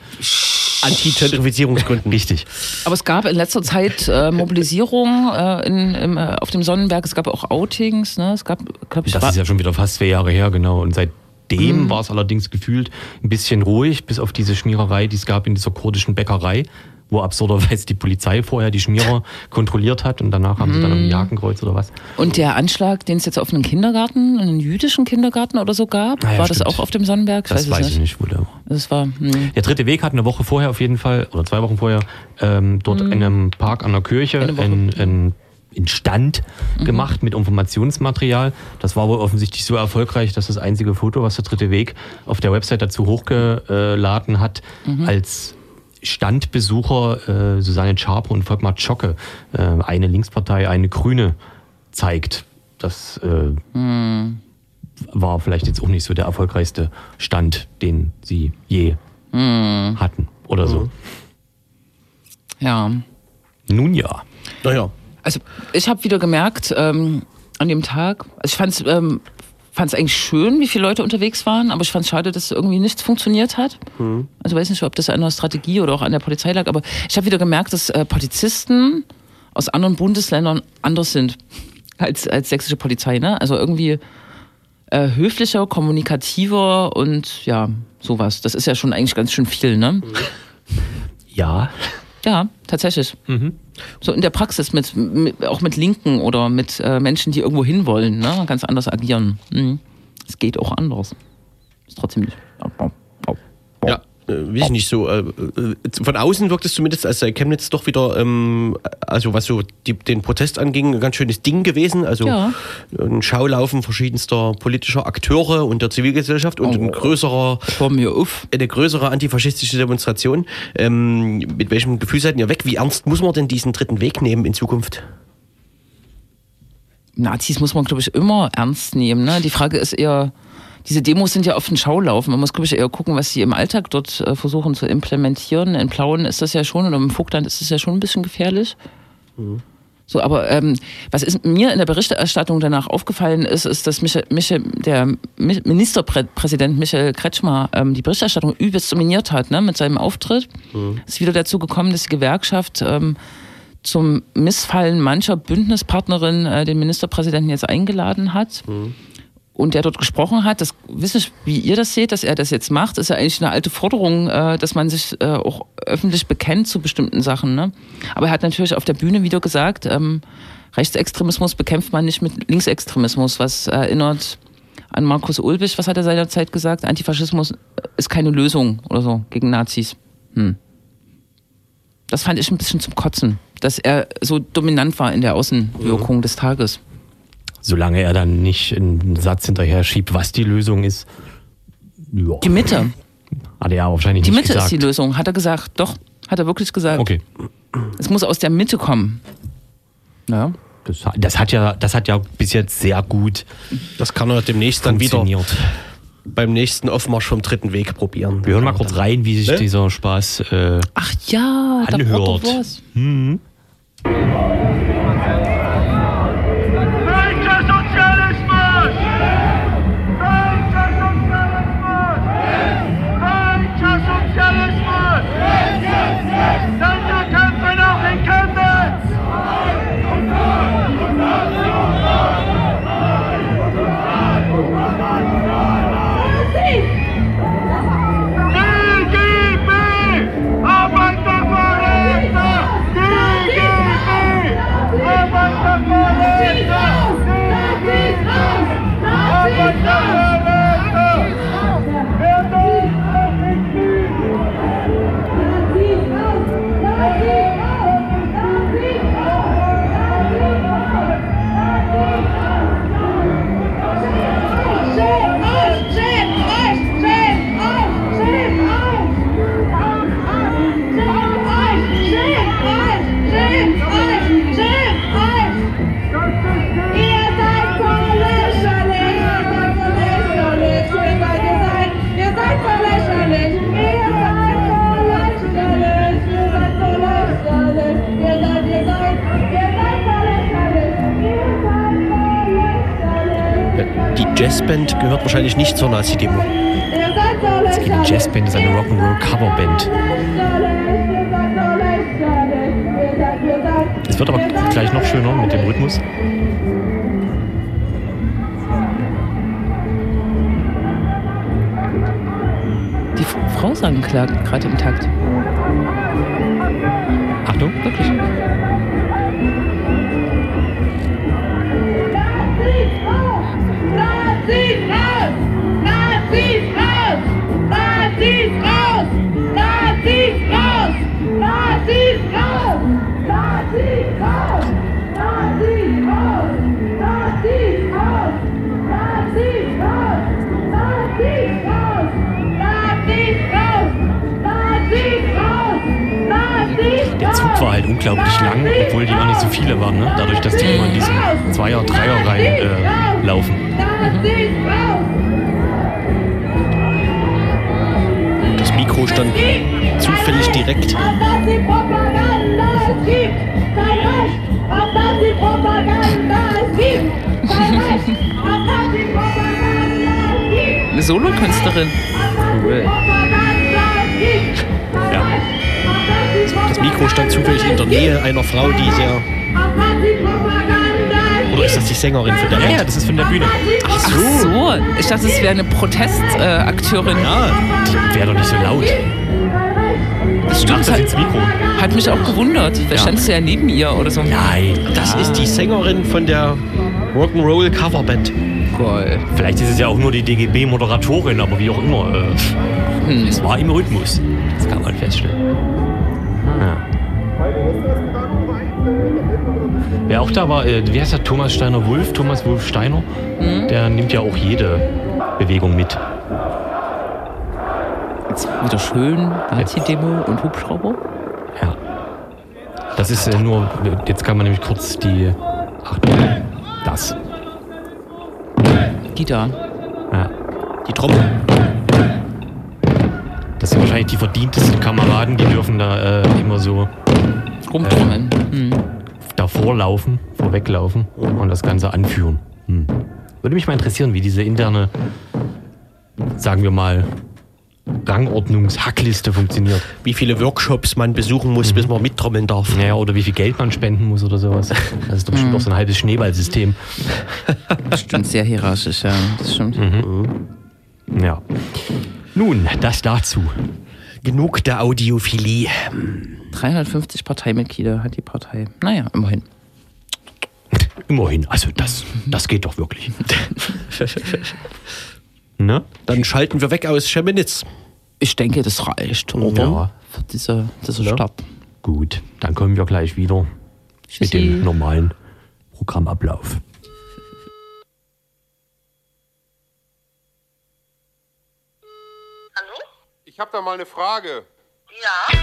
Anti-Gentrifizierungsgründen. Richtig. Aber es gab in letzter Zeit Mobilisierung auf dem Sonnenberg, es gab auch Outings, ne? Es gab, glaube ich, das ist ja schon wieder fast 2 Jahre her, genau. Und seitdem war es allerdings gefühlt ein bisschen ruhig, bis auf diese Schmiererei, die es gab in dieser kurdischen Bäckerei, wo absurderweise die Polizei vorher die Schmierer kontrolliert hat und danach haben sie dann ein Hakenkreuz oder was. Und der Anschlag, den es jetzt auf einen Kindergarten, einen jüdischen Kindergarten oder so gab, war das auch auf dem Sonnenberg? Das weiß ich nicht, wo der war. Das war, Der dritte Weg hat eine Woche vorher auf jeden Fall, oder 2 Wochen vorher, dort in einem Park an der Kirche einen Stand gemacht mit Informationsmaterial. Das war wohl offensichtlich so erfolgreich, dass das einzige Foto, was der dritte Weg auf der Website dazu hochgeladen hat, als Standbesucher Susanne Schaper und Volkmar Zschocke, eine Linkspartei, eine Grüne, zeigt. Das war vielleicht jetzt auch nicht so der erfolgreichste Stand, den sie je hatten oder so. ja. Nun ja. Naja. Also ich habe wieder gemerkt an dem Tag, also ich fand es eigentlich schön, wie viele Leute unterwegs waren, aber ich fand es schade, dass irgendwie nichts funktioniert hat. Also weiß nicht, ob das an der Strategie oder auch an der Polizei lag, aber ich habe wieder gemerkt, dass Polizisten aus anderen Bundesländern anders sind als sächsische Polizei. Ne? Also irgendwie höflicher, kommunikativer und ja, sowas. Das ist ja schon eigentlich ganz schön viel, ne? Ja. Ja, tatsächlich. So in der Praxis, auch mit Linken oder mit Menschen, die irgendwo hinwollen, ne? Ganz anders agieren. Es geht auch anders. Ist trotzdem nicht. Ja, weiß ich nicht so. Von außen wirkt es zumindest, als sei Chemnitz doch wieder, also was so den Protest anging, ein ganz schönes Ding gewesen. Also ein Schaulaufen verschiedenster politischer Akteure und der Zivilgesellschaft und eine größere antifaschistische Demonstration. Mit welchem Gefühl seid ihr weg? Wie ernst muss man denn diesen dritten Weg nehmen in Zukunft? Nazis muss man, glaube ich, immer ernst nehmen. Ne? Die Frage ist eher, diese Demos sind ja oft ein Schaulaufen. Man muss, glaube ich, eher gucken, was sie im Alltag dort versuchen zu implementieren. In Plauen ist das ja schon, oder im Vogtland ist das ja schon ein bisschen gefährlich. So, aber was ist mir in der Berichterstattung danach aufgefallen ist, dass der Ministerpräsident Michael Kretschmer die Berichterstattung übelst dominiert hat, ne, mit seinem Auftritt. Es ist wieder dazu gekommen, dass die Gewerkschaft zum Missfallen mancher Bündnispartnerin den Ministerpräsidenten jetzt eingeladen hat. und der dort gesprochen hat, das weiß nicht, wie ihr das seht, dass er das jetzt macht, ist ja eigentlich eine alte Forderung, dass man sich auch öffentlich bekennt zu bestimmten Sachen. Ne? Aber er hat natürlich auf der Bühne wieder gesagt, Rechtsextremismus bekämpft man nicht mit Linksextremismus, was erinnert an Markus Ulbich, was hat er seinerzeit gesagt? Antifaschismus ist keine Lösung oder so gegen Nazis. Das fand ich ein bisschen zum Kotzen, dass er so dominant war in der Außenwirkung des Tages. Solange er dann nicht einen Satz hinterher schiebt, was die Lösung ist. Ja. Die Mitte. Hat er ja wahrscheinlich Die nicht Mitte gesagt. ist die Lösung, hat er gesagt. Doch, hat er wirklich gesagt. Okay. Es muss aus der Mitte kommen. Ja. Das hat ja bis jetzt sehr gut Das kann er demnächst dann wieder funktioniert. beim nächsten Aufmarsch vom dritten Weg probieren. Wir hören mal kurz rein, wie sich dieser Spaß Ach ja, da anhört. braucht doch was. Deutscher Sozialismus! Deutscher Sozialismus! Deutscher Sozialismus! Dann kämpfen auch in Chemnitz! DGB! Arbeiterverräter! DGB! Arbeiterverräter! Arbeiterverräter! Wer will das nicht Die Jazzband gehört wahrscheinlich nicht zur Nazi-Demo. Die Jazzband ist eine Rock'n'Roll-Coverband. Es wird aber gleich noch schöner mit dem Rhythmus. Die Frau sang gerade im Takt. Achtung. Wirklich. Der Zug war halt unglaublich lang, obwohl die gar nicht so viele waren, ne? Dadurch, dass die immer in diesen Zweier-, Dreier-Reihen laufen. Das Mikro stand zufällig direkt. Eine Solokünstlerin. Cool. Ja. Das Mikro stand zufällig in der Nähe einer Frau, die sehr... Oder ist das die Sängerin von der Band? Ja, das ist von der Bühne. Ach so. Ich dachte, es wäre eine Protestakteurin. Ja, Die wäre doch nicht so laut. Das Macht stimmt. das ins Mikro. Hat mich auch gewundert. Vielleicht standst du ja neben ihr oder so. Nein. das ist die Sängerin von der Rock'n'Roll Coverband. Cool. Vielleicht ist es ja auch nur die DGB-Moderatorin, aber wie auch immer. Es war im Rhythmus. Das kann man feststellen. Ja. Wer auch da war, wie heißt der? Thomas Steiner-Wulff? Thomas Wulff-Steiner? Der nimmt ja auch jede Bewegung mit. Jetzt wieder schön Nazi-Demo und Hubschrauber. Ja. Das ist nur, jetzt kann man nämlich kurz die, das. Die da. Ja. Die Trommel. Das sind wahrscheinlich die verdientesten Kameraden, die dürfen da immer so Rumtrommeln. davor laufen, vorweglaufen und das Ganze anführen. Würde mich mal interessieren, wie diese interne, sagen wir mal, Rangordnungshackliste funktioniert. Wie viele Workshops man besuchen muss, bis man mittrommeln darf. Naja, oder wie viel Geld man spenden muss oder sowas. Das ist doch bestimmt auch so ein halbes Schneeballsystem. Stimmt, sehr hierarchisch, ja, das stimmt. Ja. Nun, das dazu. Genug der Audiophilie. 350 Parteimitglieder hat die Partei. Naja, immerhin. Immerhin, also das geht doch wirklich. Ne? Dann schalten wir weg aus Chemnitz. Ich denke, das reicht, oder? Ja. Für diese Stadt. Gut, dann kommen wir gleich wieder mit dem normalen Programmablauf. Hallo? Ich habe da mal eine Frage. Ja?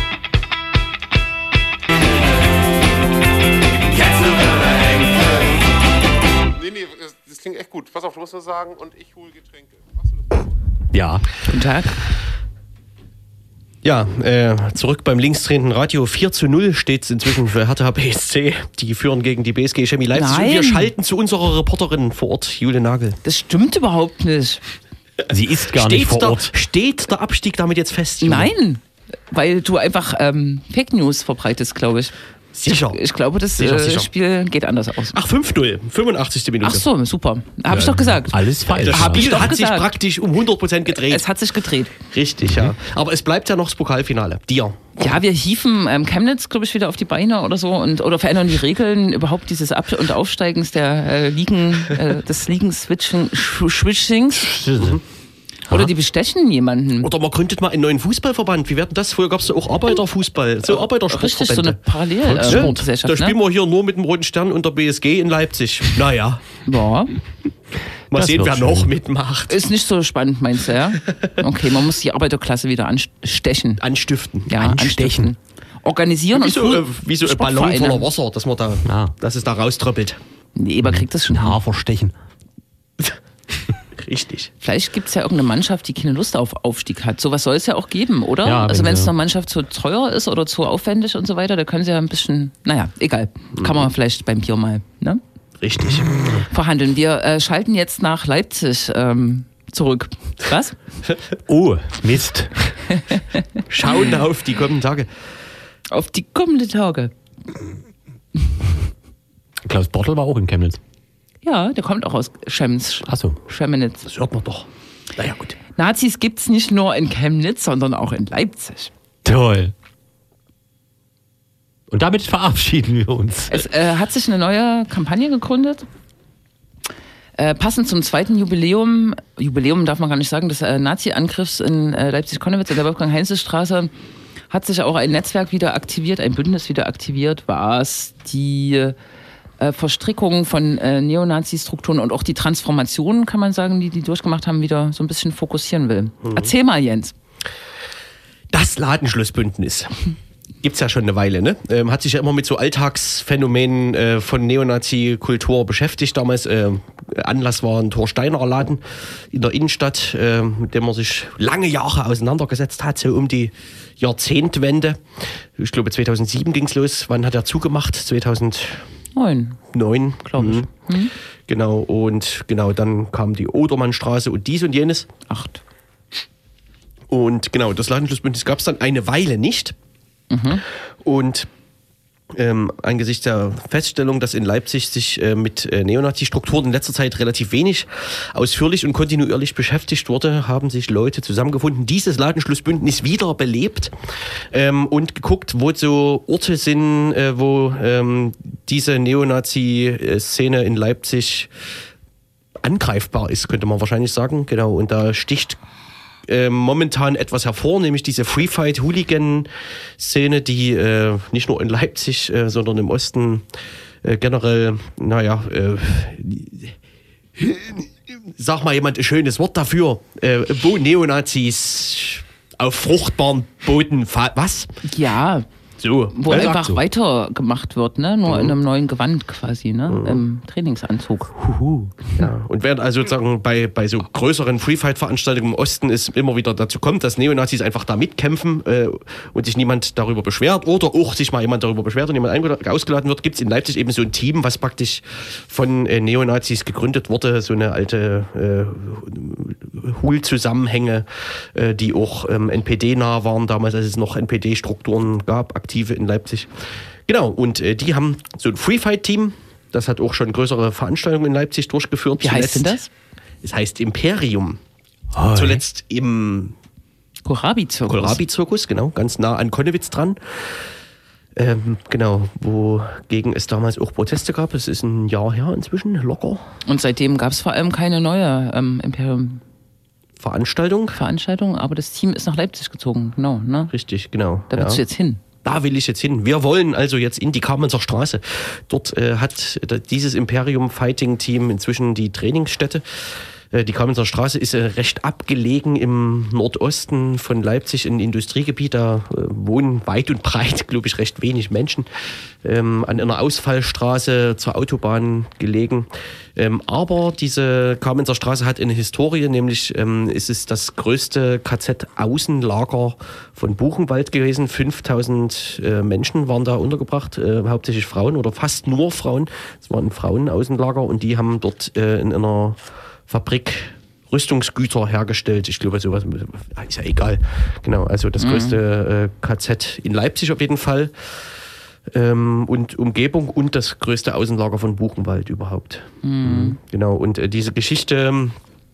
Nee, das klingt echt gut. Pass auf, du musst nur sagen, und ich hole Getränke. Machst du das? Ja, Guten Tag. Ja, zurück beim linksdrehenden Radio. 4:0 steht es inzwischen für Hertha BSC. Die führen gegen die BSG Chemie Leipzig. Nein. Und wir schalten zu unserer Reporterin vor Ort, Jule Nagel. Das stimmt überhaupt nicht. sie ist gar nicht vor Ort. Steht der Abstieg damit jetzt fest, Jule? Nein, weil du einfach Fake News verbreitest, glaube ich. Sicher. Ich glaube, das Sicher. Spiel geht anders aus. Ach, 5:0, 85. Minute. Ach so, super. Habe ich doch gesagt. Alles falsch. Das Hab ich Spiel doch hat sich gesagt. praktisch um 100% gedreht. Es hat sich gedreht. Richtig, ja. Aber es bleibt ja noch das Pokalfinale. Dir. Ja, wir hieven Chemnitz, glaube ich, wieder auf die Beine oder so oder verändern die Regeln überhaupt dieses Ab- und Aufsteigens der Ligen, des Ligen-Switchings. Oder die bestechen jemanden. Oder man gründet mal einen neuen Fußballverband. Wie werden das? Früher gab es ja auch Arbeiterfußball, so Richtig, so eine Arbeitersportverbände. Parallelgesellschaft. Da spielen wir hier nur mit dem Roten Stern und der BSG in Leipzig. Naja, Ja, mal Das sehen, wird wer noch schön. mitmacht. ist nicht so spannend, meinst du, ja? Okay, man muss die Arbeiterklasse wieder anstechen. Anstiften. Ja, anstiften. Organisieren Wie und so, wie so ein Ballon Sportvereine. voller Wasser, dass es da rauströppelt. Nee, aber kriegt das schon hin. Hafer stechen. Richtig. Vielleicht gibt es ja irgendeine Mannschaft, die keine Lust auf Aufstieg hat. Sowas soll es ja auch geben, oder? Ja, also wenn wenn es sie- einer Mannschaft zu teuer ist oder zu aufwendig und so weiter, da können sie ja ein bisschen, naja, egal. Kann man vielleicht beim Bier mal Richtig. verhandeln. Wir schalten jetzt nach Leipzig zurück. Was? Oh, Mist. Schauen auf die kommenden Tage. Auf die kommenden Tage. Klaus Bortl war auch in Chemnitz. Ja, der kommt auch aus Chemnitz. Achso. Chemnitz. Das hört man doch. Naja, gut. Nazis gibt's nicht nur in Chemnitz, sondern auch in Leipzig. Toll. Und damit verabschieden wir uns. Es hat sich eine neue Kampagne gegründet. Passend zum 2. Jubiläum darf man gar nicht sagen, des Nazi-Angriffs in Leipzig-Konnewitz in der Wolfgang-Heinze-Straße hat sich auch ein Netzwerk wieder aktiviert, ein Bündnis wieder aktiviert, was die Verstrickung von Neonazi-Strukturen und auch die Transformationen, kann man sagen, die durchgemacht haben, wieder so ein bisschen fokussieren will. Erzähl mal, Jens. Das Ladenschlussbündnis. Gibt's ja schon eine Weile, ne? Hat sich ja immer mit so Alltagsphänomenen von Neonazi-Kultur beschäftigt. Damals Anlass war ein Thorsteiner Laden in der Innenstadt, mit dem man sich lange Jahre auseinandergesetzt hat, so um die Jahrzehntwende. Ich glaube 2007 ging's los. Wann hat er zugemacht? 2009, 9. glaube ich. Genau, und genau, dann kam die Odermannstraße und dies und jenes. 8. Und genau, das Ladenschlussbündnis gab es dann eine Weile nicht. Und angesichts der Feststellung, dass in Leipzig sich mit Neonazi-Strukturen in letzter Zeit relativ wenig ausführlich und kontinuierlich beschäftigt wurde, haben sich Leute zusammengefunden, dieses Ladenschlussbündnis wiederbelebt und geguckt, wo so Orte sind, wo diese Neonazi-Szene in Leipzig angreifbar ist, könnte man wahrscheinlich sagen. Genau, und da sticht momentan etwas hervor, nämlich diese Free-Fight-Hooligan-Szene, die nicht nur in Leipzig, sondern im Osten generell, sag mal jemand ein schönes Wort dafür, wo Neonazis auf fruchtbaren Boden was? Ja, So, Wo ne? einfach so. weitergemacht wird, ne? Nur in einem neuen Gewand quasi, ne? Im Trainingsanzug. Ja, und während also sozusagen bei so größeren Freefight-Veranstaltungen im Osten es immer wieder dazu kommt, dass Neonazis einfach da mitkämpfen und sich niemand darüber beschwert oder auch sich mal jemand darüber beschwert und jemand ausgeladen wird, gibt es in Leipzig eben so ein Team, was praktisch von Neonazis gegründet wurde, so eine alte Hul-Zusammenhänge, die auch NPD-nah waren damals, als es noch NPD-Strukturen gab, aktive in Leipzig. Genau, und die haben so ein Freefight-Team, das hat auch schon größere Veranstaltungen in Leipzig durchgeführt. Wie heißt denn das? Es heißt Imperium. Zuletzt im Kohlrabi-Zirkus. Kohlrabi-Zirkus, genau, ganz nah an Konnewitz dran. Genau, wogegen es damals auch Proteste gab. Es ist ein Jahr her inzwischen, locker. Und seitdem gab es vor allem keine neue Imperium-Veranstaltung, Veranstaltung. aber das Team ist nach Leipzig gezogen, genau. Ne? Richtig, genau. Da willst du jetzt hin. Da will ich jetzt hin. Wir wollen also jetzt in die Kamenzer Straße. Dort hat dieses Imperium Fighting Team inzwischen die Trainingsstätte. Die Kamenzer Straße ist recht abgelegen im Nordosten von Leipzig, ein Industriegebiet. Da wohnen weit und breit, glaube ich, recht wenig Menschen. An einer Ausfallstraße zur Autobahn gelegen. Aber diese Kamenzer Straße hat eine Historie, nämlich ist es das größte KZ-Außenlager von Buchenwald gewesen. 5000 Menschen waren da untergebracht, hauptsächlich Frauen oder fast nur Frauen. Es war ein Frauenaußenlager und die haben dort in einer Fabrik Rüstungsgüter hergestellt. Ich glaube, sowas ist ja egal. Genau, also das größte KZ in Leipzig auf jeden Fall. Und Umgebung und das größte Außenlager von Buchenwald überhaupt. Genau, und diese Geschichte,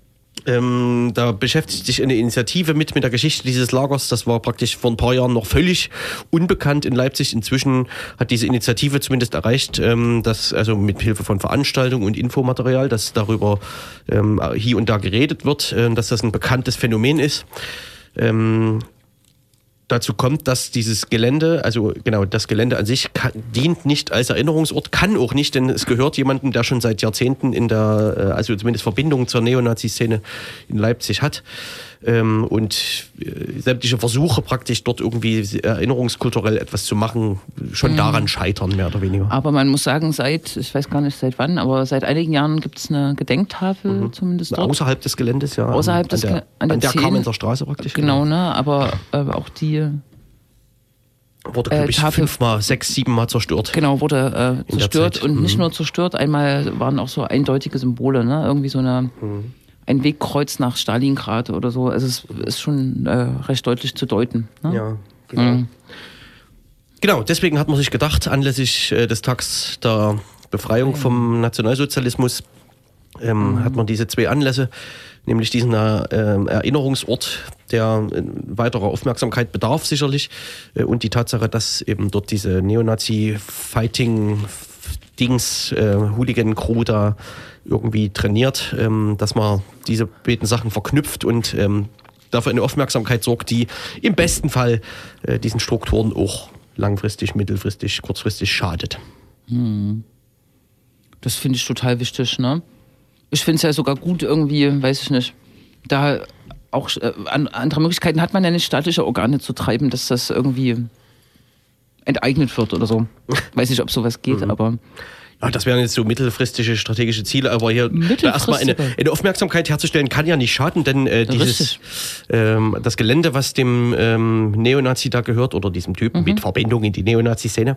da beschäftigt sich eine Initiative mit der Geschichte dieses Lagers. Das war praktisch vor ein paar Jahren noch völlig unbekannt in Leipzig. Inzwischen hat diese Initiative zumindest erreicht, dass also mit Hilfe von Veranstaltungen und Infomaterial, dass darüber hier und da geredet wird, dass das ein bekanntes Phänomen ist. Dazu kommt, dass dieses Gelände, also genau, das Gelände an sich dient nicht als Erinnerungsort, kann auch nicht, denn es gehört jemandem, der schon seit Jahrzehnten also zumindest Verbindungen zur Neonazi-Szene in Leipzig hat. Und sämtliche Versuche praktisch dort irgendwie erinnerungskulturell etwas zu machen, schon daran scheitern, mehr oder weniger. Aber man muss sagen, ich weiß gar nicht seit wann, aber seit einigen Jahren gibt es eine Gedenktafel zumindest dort. Außerhalb des Geländes, ja. Außerhalb des an der Kamenzer Straße praktisch. Genau, ne? Aber auch die wurde, glaube ich, 6, 7 Mal zerstört. Genau, wurde zerstört Zeit. und nicht nur zerstört, einmal waren auch so eindeutige Symbole, ne? Irgendwie so ein Wegkreuz nach Stalingrad oder so. Also es ist schon recht deutlich zu deuten. Ne? Ja, genau. Genau, deswegen hat man sich gedacht, anlässlich des Tags der Befreiung vom Nationalsozialismus hat man diese 2 Anlässe, nämlich diesen Erinnerungsort, der weiterer Aufmerksamkeit bedarf sicherlich, und die Tatsache, dass eben dort diese Neonazi-Fighting-Dings, Hooligan-Crew da irgendwie trainiert, dass man diese beiden Sachen verknüpft und dafür eine Aufmerksamkeit sorgt, die im besten Fall diesen Strukturen auch langfristig, mittelfristig, kurzfristig schadet. Das finde ich total wichtig, ne? Ich finde es ja sogar gut irgendwie, weiß ich nicht, da auch andere Möglichkeiten hat man ja nicht, staatliche Organe zu treiben, dass das irgendwie enteignet wird oder so. Weiß nicht, ob sowas geht, aber... Ja, das wären jetzt so mittelfristige strategische Ziele, aber hier da erstmal eine Aufmerksamkeit herzustellen, kann ja nicht schaden, denn das Gelände, was dem Neonazi da gehört, oder diesem Typen mit Verbindung in die Neonazi-Szene,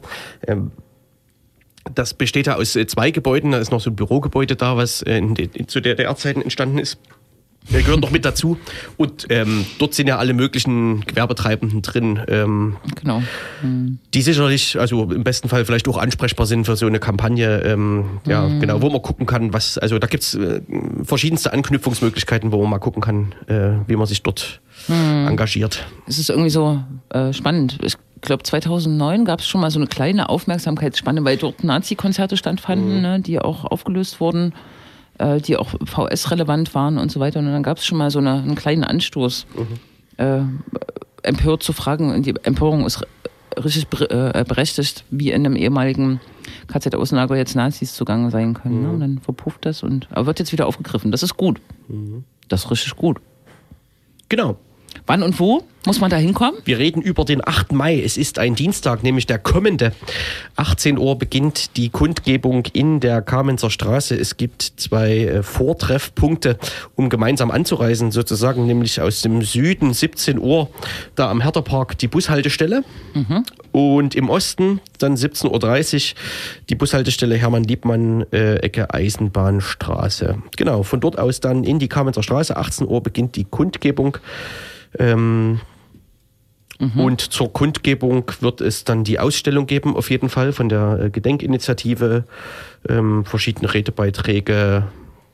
das besteht ja aus 2 Gebäuden. Da ist noch so ein Bürogebäude da, was zu DDR-Zeiten entstanden ist. Der gehört noch mit dazu. Und dort sind ja alle möglichen Gewerbetreibenden drin. Genau. Die sicherlich, also im besten Fall vielleicht auch ansprechbar sind für so eine Kampagne. Ja, genau, wo man gucken kann, also da gibt es verschiedenste Anknüpfungsmöglichkeiten, wo man mal gucken kann, wie man sich dort engagiert. Es ist irgendwie so spannend. Ich glaube, 2009 gab es schon mal so eine kleine Aufmerksamkeitsspanne, weil dort Nazi-Konzerte stattfanden, ne, die auch aufgelöst wurden, die auch VS-relevant waren und so weiter. Und dann gab es schon mal so einen kleinen Anstoß, empört zu fragen. Und die Empörung ist richtig berechtigt, wie in einem ehemaligen KZ-Außenlager jetzt Nazis zugange sein können. Ne? Und dann verpufft das aber wird jetzt wieder aufgegriffen. Das ist gut. Das ist richtig gut. Genau. Wann und wo muss man da hinkommen? Wir reden über den 8. Mai. Es ist ein Dienstag, nämlich der kommende. 18 Uhr beginnt die Kundgebung in der Kamenzer Straße. Es gibt 2 Vortreffpunkte, um gemeinsam anzureisen, sozusagen, nämlich aus dem Süden 17 Uhr, da am Hertha-Park die Bushaltestelle. Und im Osten dann 17.30 Uhr die Bushaltestelle Hermann-Liebmann, Ecke Eisenbahnstraße. Genau, von dort aus dann in die Kamenzer Straße. 18 Uhr beginnt die Kundgebung. Und zur Kundgebung wird es dann die Ausstellung geben, auf jeden Fall, von der Gedenkinitiative, verschiedene Redebeiträge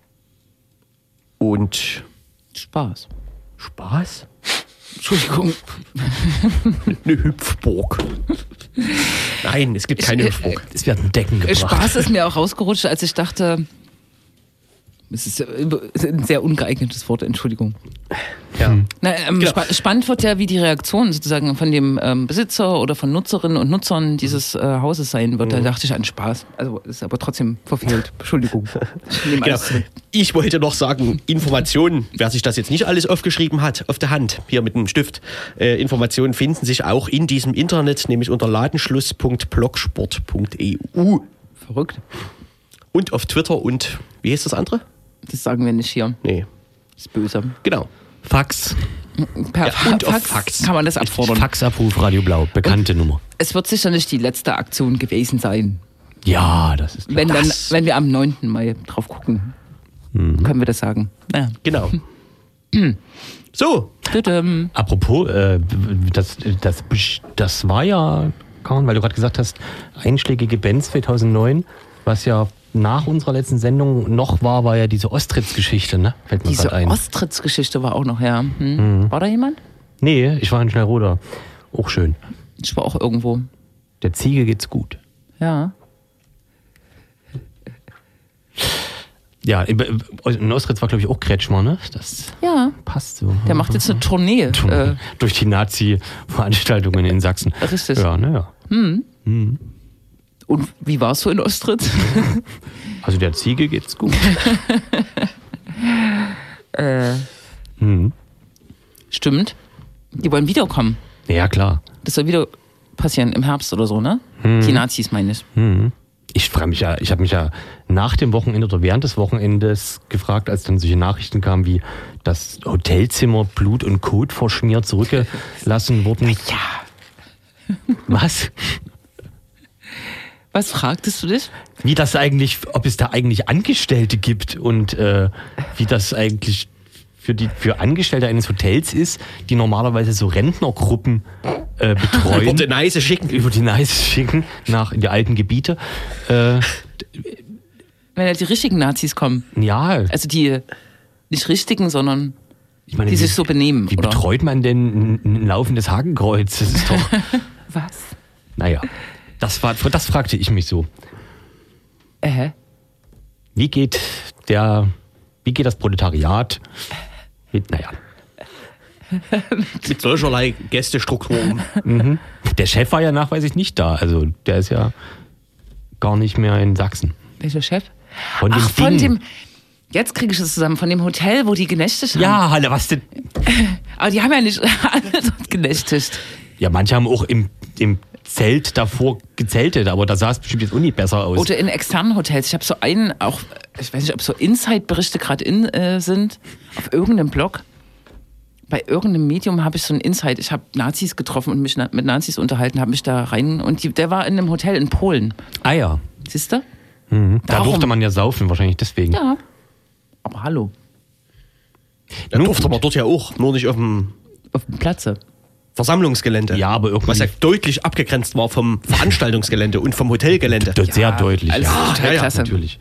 und Spaß. Spaß? Entschuldigung. Eine Hüpfburg. Nein, es gibt keine Hüpfburg. Es werden Decken gebracht. Spaß ist mir auch rausgerutscht, als ich dachte, es ist ein sehr ungeeignetes Wort, Entschuldigung. Ja. Na, Genau. Spannend wird ja, wie die Reaktion sozusagen von dem Besitzer oder von Nutzerinnen und Nutzern dieses Hauses sein wird. Da dachte ich an Spaß. Also ist aber trotzdem verfehlt. Entschuldigung. Ich nehme Genau. alles zurück. Ich wollte noch sagen, Informationen, wer sich das jetzt nicht alles aufgeschrieben hat, auf der Hand, hier mit einem Stift, Informationen finden sich auch in diesem Internet, nämlich unter ladenschluss.blogsport.eu. Verrückt. Und auf Twitter und, wie heißt das andere? Das sagen wir nicht hier. Nee, Das ist böse. genau. Fax. Per Ja, und auf Fax. kann man das abfordern. Faxabruf Radio Blau. Bekannte Nummer. Es wird sicher nicht die letzte Aktion gewesen sein. Ja, das ist klar. Wenn wir am 9. Mai drauf gucken, können wir das sagen. Ja. Genau. So, Tüdüm. Apropos, das war ja, Karin, weil du gerade gesagt hast, einschlägige Bands 2009, was ja nach unserer letzten Sendung noch war ja diese Ostritz-Geschichte, ne? Fällt mir Diese gerade ein. Ostritz-Geschichte war auch noch, ja. War da jemand? Nee, ich war in Schnellroda. Auch schön. Ich war auch irgendwo. Der Ziege geht's gut. Ja. Ja, in Ostritz war, glaube ich, auch Kretschmer, ne? Das Ja. passt so. Der macht jetzt eine Tournee. Durch die Nazi-Veranstaltungen in Sachsen. Richtig. Ja, naja. Und wie war es so in Ostritz? Also der Ziege geht's gut. Stimmt. Die wollen wiederkommen. Ja, klar. Das soll wieder passieren im Herbst oder so, ne? Die Nazis, meine ich. Ich frage mich ja, ich habe mich ja nach dem Wochenende oder während des Wochenendes gefragt, als dann solche Nachrichten kamen, wie das Hotelzimmer Blut und Kot verschmiert zurückgelassen wurden. Ja. Was? Was fragtest du dich? Wie das eigentlich, ob es da eigentlich Angestellte gibt und wie das eigentlich für Angestellte eines Hotels ist, die normalerweise so Rentnergruppen betreuen. Über die Neiße schicken. Über die Neiße schicken, in die alten Gebiete. Wenn ja die richtigen Nazis kommen. Ja, Also die nicht richtigen, sondern ich meine, die sich so benehmen. wie oder? betreut man denn ein laufendes Hakenkreuz? Das ist doch, Was? naja, das fragte ich mich so. Wie geht das Proletariat naja. Mit solcherlei Gästestrukturen um. Der Chef war ja nachweislich nicht da. Also der ist ja gar nicht mehr in Sachsen. Welcher Chef? Von dem Von Ding. dem. Jetzt kriege ich es zusammen. Von dem Hotel, wo die genächtigt haben. Ja, Halle, was denn? Aber die haben ja nicht alle dort genächtigt. Ja, manche haben auch im Zelt davor gezeltet, aber da sah es bestimmt jetzt auch nicht besser aus. Oder in externen Hotels. Ich habe so einen, auch, ich weiß nicht, ob so Inside-Berichte gerade sind, auf irgendeinem Blog. Bei irgendeinem Medium habe ich so einen Insight. Ich habe Nazis getroffen und mich mit Nazis unterhalten, habe mich da rein. Und der war in einem Hotel in Polen. Ah ja, Siehst du? da durfte man ja saufen, wahrscheinlich deswegen. Ja. Aber hallo. Da durfte man dort ja auch, nur nicht auf dem Auf dem Platze. Versammlungsgelände. Ja, aber irgendwie Was ja deutlich abgegrenzt war vom Veranstaltungsgelände und vom Hotelgelände. sehr deutlich. alles Ja, Hotelklasse. natürlich.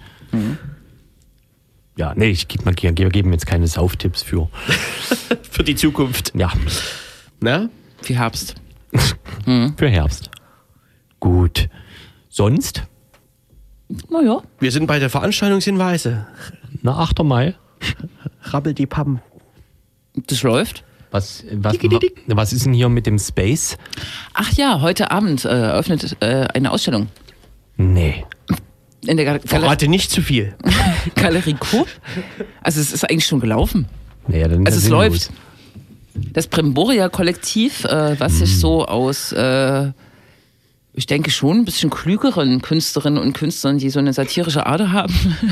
Ja, nee, ich gebe jetzt keine Sauftipps für. Für die Zukunft. Ja, Na? Wie Herbst. für Herbst. Gut. Sonst? Naja. Wir sind bei der Veranstaltungshinweise. Na, 8. Mai. Rabbel die Pappen. Das läuft. Was ist denn hier mit dem Space? Ach ja, heute Abend eröffnet eine Ausstellung. Nee. In der Verrate nicht zu viel. Galerie Co. Also es ist eigentlich schon gelaufen. Naja, dann Also es sinnlos. läuft. Das Bremboria-Kollektiv, was sich so aus, ich denke schon, ein bisschen klügeren Künstlerinnen und Künstlern, die so eine satirische Ader haben.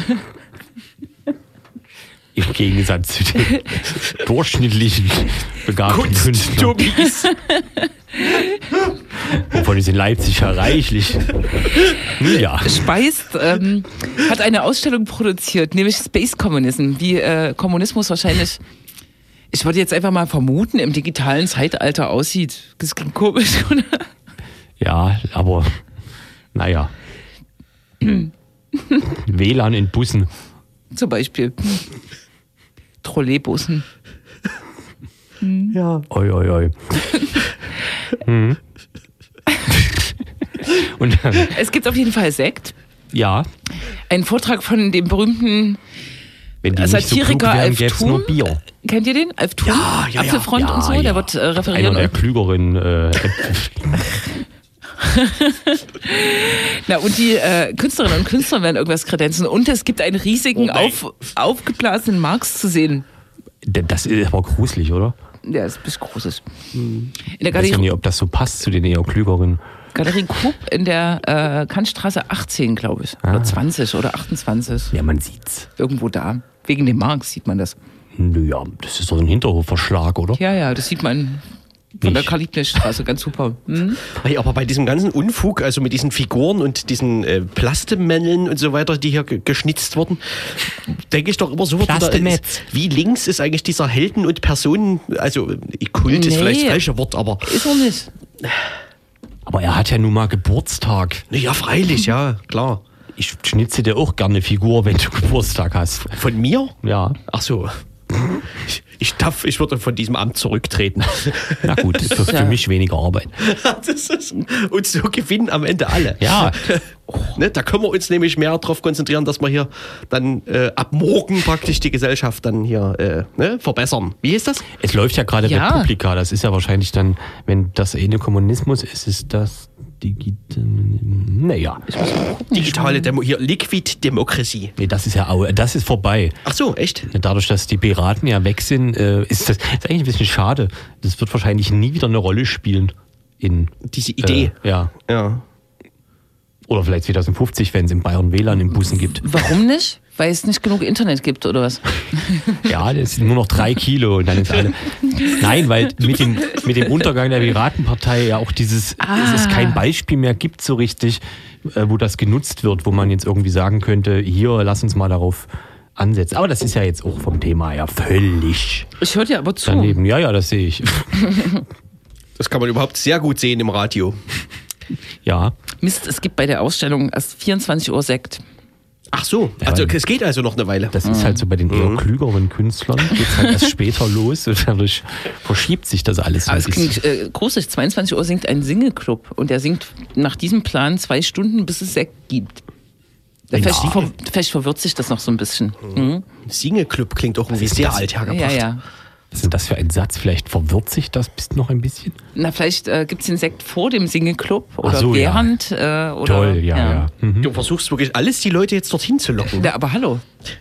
Im Gegensatz zu den durchschnittlichen begabten Künstlern. Wovon ist in Leipzig ja reichlich. Ja. Speist hat eine Ausstellung produziert, nämlich Space Communism, wie Kommunismus wahrscheinlich, ich würde jetzt einfach mal vermuten, im digitalen Zeitalter aussieht. Das klingt komisch, oder? Ja, aber naja. WLAN in Bussen. Zum Beispiel. Trolleybussen. Ja. Oi, oi, oi. Mhm. Und Es gibt auf jeden Fall Sekt. ja, Ein Vortrag von dem berühmten wenn die Satiriker nicht so klug wären, Alf gäbe es Thum. nur Bier. Kennt ihr den? Alf Thum? Ja, ja, ja. Apfelfront und so, Ja, der ja. wird Einer referieren. der klügeren. Na, und die Künstlerinnen und Künstler werden irgendwas kredenzen. Und es gibt einen riesigen, aufgeblasenen Marx zu sehen. Das ist aber gruselig, oder? Der ist ein bisschen großes. In der Ich weiß ja Galerie, nicht, ob das so passt zu den eher klügeren. Galerie Coop in der Kantstraße 18, glaube ich. Oder 20 oder 28. Ja, man sieht's. Irgendwo da. Wegen dem Marx sieht man das. Naja, das ist doch ein Hinterhofverschlag, oder? Ja, ja, das sieht man von der Nicht. Karl-Liebknecht-Straße. Ganz super. Hm? Hey, aber bei diesem ganzen Unfug, also mit diesen Figuren und diesen Plastemänneln und so weiter, die hier geschnitzt wurden, denke ich doch immer so, Plastemetz. wie links ist eigentlich dieser Helden- und Personen, also Kult ist Nee. vielleicht das falsche Wort, aber Ist er nicht. Aber er hat ja nun mal Geburtstag. ja, freilich, ja, klar. Ich schnitze dir auch gerne eine Figur, wenn du Geburtstag hast. Von mir? Ja, Ach so. Ich würde von diesem Amt zurücktreten. na gut, das ist für mich weniger Arbeit. Das ist, und so gewinnen am Ende alle. Ja, Ne, da können wir uns nämlich mehr darauf konzentrieren, dass wir hier dann ab morgen praktisch die Gesellschaft dann hier verbessern. Wie ist das? es läuft ja gerade Ja. Republika. Das ist ja wahrscheinlich dann, wenn das eine Kommunismus ist, ist das naja. Digitale Demo, hier Liquid Demokratie. Nee, das ist ja das ist vorbei. Ach so, echt? Dadurch, dass die Piraten ja weg sind, ist das ist eigentlich ein bisschen schade. Das wird wahrscheinlich nie wieder eine Rolle spielen in Diese Idee. ja. Ja. Oder vielleicht 2050, wenn es in Bayern WLAN in Bussen gibt. Warum nicht? Weil es nicht genug Internet gibt, oder was? Ja, das sind nur noch 3 Kilo und dann ist alle. Nein, weil mit dem Untergang der Piratenpartei ja auch es kein Beispiel mehr gibt so richtig, wo das genutzt wird, wo man jetzt irgendwie sagen könnte, hier, lass uns mal darauf ansetzen. Aber das ist ja jetzt auch vom Thema ja völlig Ich höre dir aber zu. daneben. Ja, das sehe ich. Das kann man überhaupt sehr gut sehen im Radio. Ja, Mist, es gibt bei der Ausstellung erst 24 Uhr Sekt. Ach so, also es geht also noch eine Weile. das ist halt so bei den eher klügeren Künstlern, geht es halt erst später los und dadurch verschiebt sich das alles so Aber ein es bisschen. klingt gruselig. 22 Uhr singt ein Single-Club und der singt nach diesem Plan 2 Stunden, bis es Sekt gibt. Vielleicht verwirrt sich das noch so ein bisschen. Mhm. Single-Club klingt auch irgendwie sehr alt hergebracht. Ja, ja. Was ist denn das für ein Satz? Vielleicht verwirrt sich das noch ein bisschen? Na, vielleicht gibt es den Sekt vor dem Single-Club oder so, ja. während. Oder, Toll, ja. Mhm. Du versuchst wirklich alles, die Leute jetzt dorthin zu locken. Ja, aber hallo.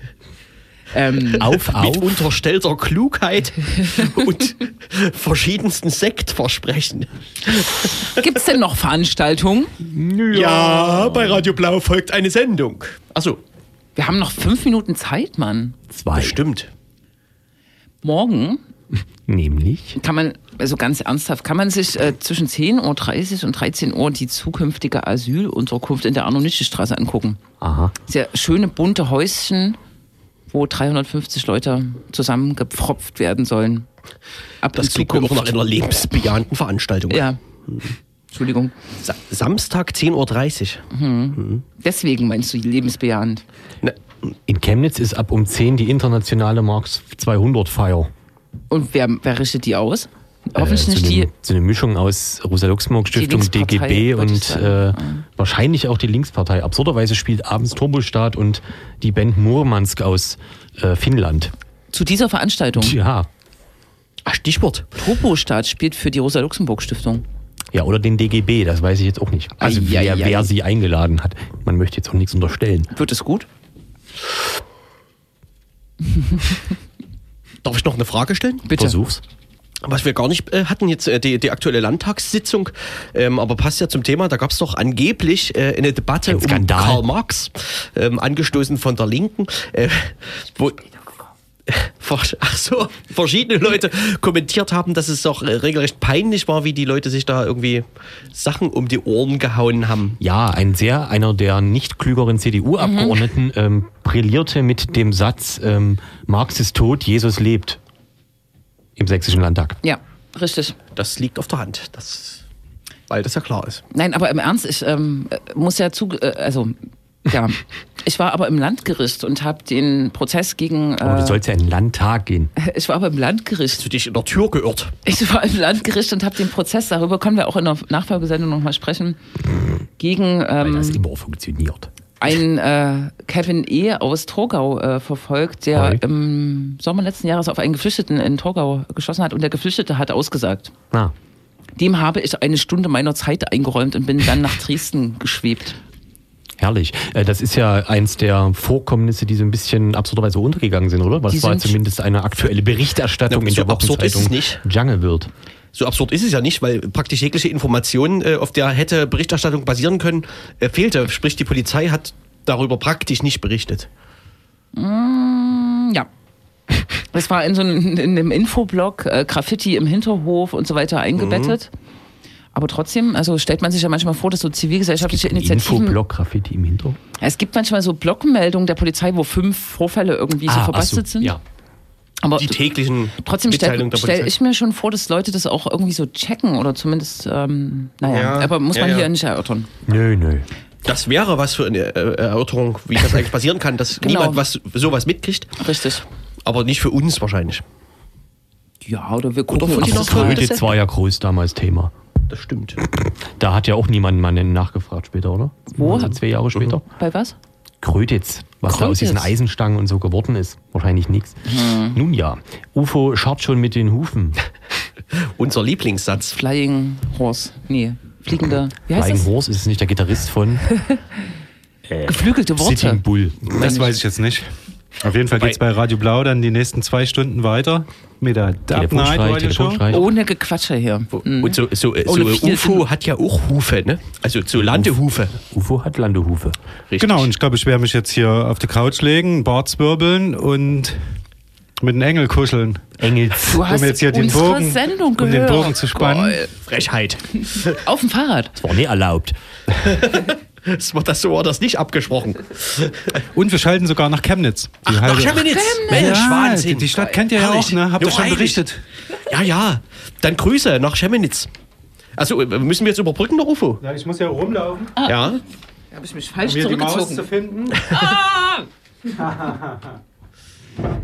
Auf. Mit unterstellter Klugheit und verschiedensten Sektversprechen. Gibt es denn noch Veranstaltungen? Ja, bei Radio Blau folgt eine Sendung. Achso, Wir haben noch 5 Minuten Zeit, Mann. 2. stimmt. Morgen Nämlich? kann man, also ganz ernsthaft, kann man sich zwischen 10.30 Uhr und 13 Uhr die zukünftige Asylunterkunft in der Arno-Nitsche-Straße angucken. Aha. Sehr schöne, bunte Häuschen, wo 350 Leute zusammengepfropft werden sollen. Ab Das in klingt mir auch Zukunft. nach einer lebensbejahenden Veranstaltung. Ja. Entschuldigung. Samstag 10.30 Uhr. Deswegen meinst du lebensbejahend? Ne, In Chemnitz ist ab um 10 die internationale Marx 200-Feier. Und wer richtet die aus? Hoffentlich nicht die. So eine Mischung aus Rosa-Luxemburg-Stiftung, Die Linkspartei, DGB wollte ich und sagen. wahrscheinlich auch die Linkspartei. Absurderweise spielt abends Turbostart und die Band Murmansk aus Finnland. Zu dieser Veranstaltung. Ja. Ach, Stichwort. Turbostart spielt für die Rosa-Luxemburg-Stiftung. Ja, oder den DGB, das weiß ich jetzt auch nicht. Also wer sie eingeladen hat. Man möchte jetzt auch nichts unterstellen. Wird es gut? Darf ich noch eine Frage stellen? Bitte. Versuch's. Was wir gar nicht hatten, jetzt die aktuelle Landtagssitzung, aber passt ja zum Thema, da gab es doch angeblich eine Debatte um Karl Marx, angestoßen von der Linken, wo verschiedene Leute kommentiert haben, dass es doch regelrecht peinlich war, wie die Leute sich da irgendwie Sachen um die Ohren gehauen haben. Ja, einer der nicht klügeren CDU-Abgeordneten brillierte mit dem Satz, Marx ist tot, Jesus lebt. Im Sächsischen Landtag. Ja, richtig. Das liegt auf der Hand, weil das ja klar ist. Nein, aber im Ernst, ich muss ja ich war aber im Landgericht und habe den Prozess gegen... aber du sollst ja in den Landtag gehen. Ich war aber im Landgericht. Hast du dich in der Tür geirrt? Ich war im Landgericht und habe den Prozess, darüber können wir auch in der Nachfolgesendung nochmal sprechen, gegen... weil das immer funktioniert. Ein Kevin E. aus Torgau verfolgt, der im Sommer letzten Jahres auf einen Geflüchteten in Torgau geschossen hat und der Geflüchtete hat ausgesagt. Ah. Dem habe ich eine Stunde meiner Zeit eingeräumt und bin dann nach Dresden geschwebt. Herrlich. Das ist ja eins der Vorkommnisse, die so ein bisschen absurderweise untergegangen sind, oder? Was war zumindest eine aktuelle Berichterstattung in der Wochenzeitung Jungle wird. So absurd ist es ja nicht, weil praktisch jegliche Information, auf der hätte Berichterstattung basieren können, fehlte. Sprich, die Polizei hat darüber praktisch nicht berichtet. Ja. Es war in einem Infoblog, Graffiti im Hinterhof und so weiter eingebettet. Aber trotzdem, also stellt man sich ja manchmal vor, dass so zivilgesellschaftliche Initiativen... Infoblog, Graffiti im Hinterhof? Es gibt manchmal so Blockmeldungen der Polizei, wo 5 Vorfälle irgendwie so verbastelt sind. Ja. Aber die täglichen trotzdem stelle ich mir schon vor, dass Leute das auch irgendwie so checken oder zumindest, aber muss man hier nicht erörtern. Nö. Das wäre was für eine Erörterung, wie das eigentlich passieren kann, dass niemand sowas mitkriegt. Richtig. Aber nicht für uns wahrscheinlich. Ja, oder wir gucken uns das Kröte war ja groß damals Thema. Das stimmt. Da hat ja auch niemand mal nachgefragt später, oder? Wo? Also 2 Jahre später. Bei was? Krötitz. Was da aus diesen Eisenstangen und so geworden ist. Wahrscheinlich nichts. Nun ja, UFO scharrt schon mit den Hufen. Unser Lieblingssatz. Flying Horse. Nee, fliegender. Wie heißt Flying Horse ist es nicht der Gitarrist von Geflügelte Worte. Sitting Bull. Das weiß ich jetzt nicht. Auf jeden Fall geht es bei Radio Blau dann die nächsten 2 Stunden weiter mit der Dark Night Radio Show. Ohne Gequatsche hier. Und so UFO hat ja auch Hufe, ne? Also so Landehufe. UFO hat Landehufe. Richtig. Genau, und ich glaube, ich werde mich jetzt hier auf die Couch legen, Bart zwirbeln und mit einem Engel kuscheln. Du hast jetzt hier Sendung gehört. Um den Bogen zu spannen. Frechheit. Auf dem Fahrrad. Das war nie erlaubt. So war das nicht abgesprochen. Und wir schalten sogar nach Chemnitz. Nach Chemnitz? Mensch, ja, Wahnsinn. Die Stadt kennt ihr ja auch, ne? Habt ihr schon berichtet? Ja. Dann Grüße nach Chemnitz. Also müssen wir jetzt überbrücken, der UFO? Ja, ich muss ja rumlaufen. Ja. Da habe ich mich falsch Um hier die Maus zurückgezogen. zu finden.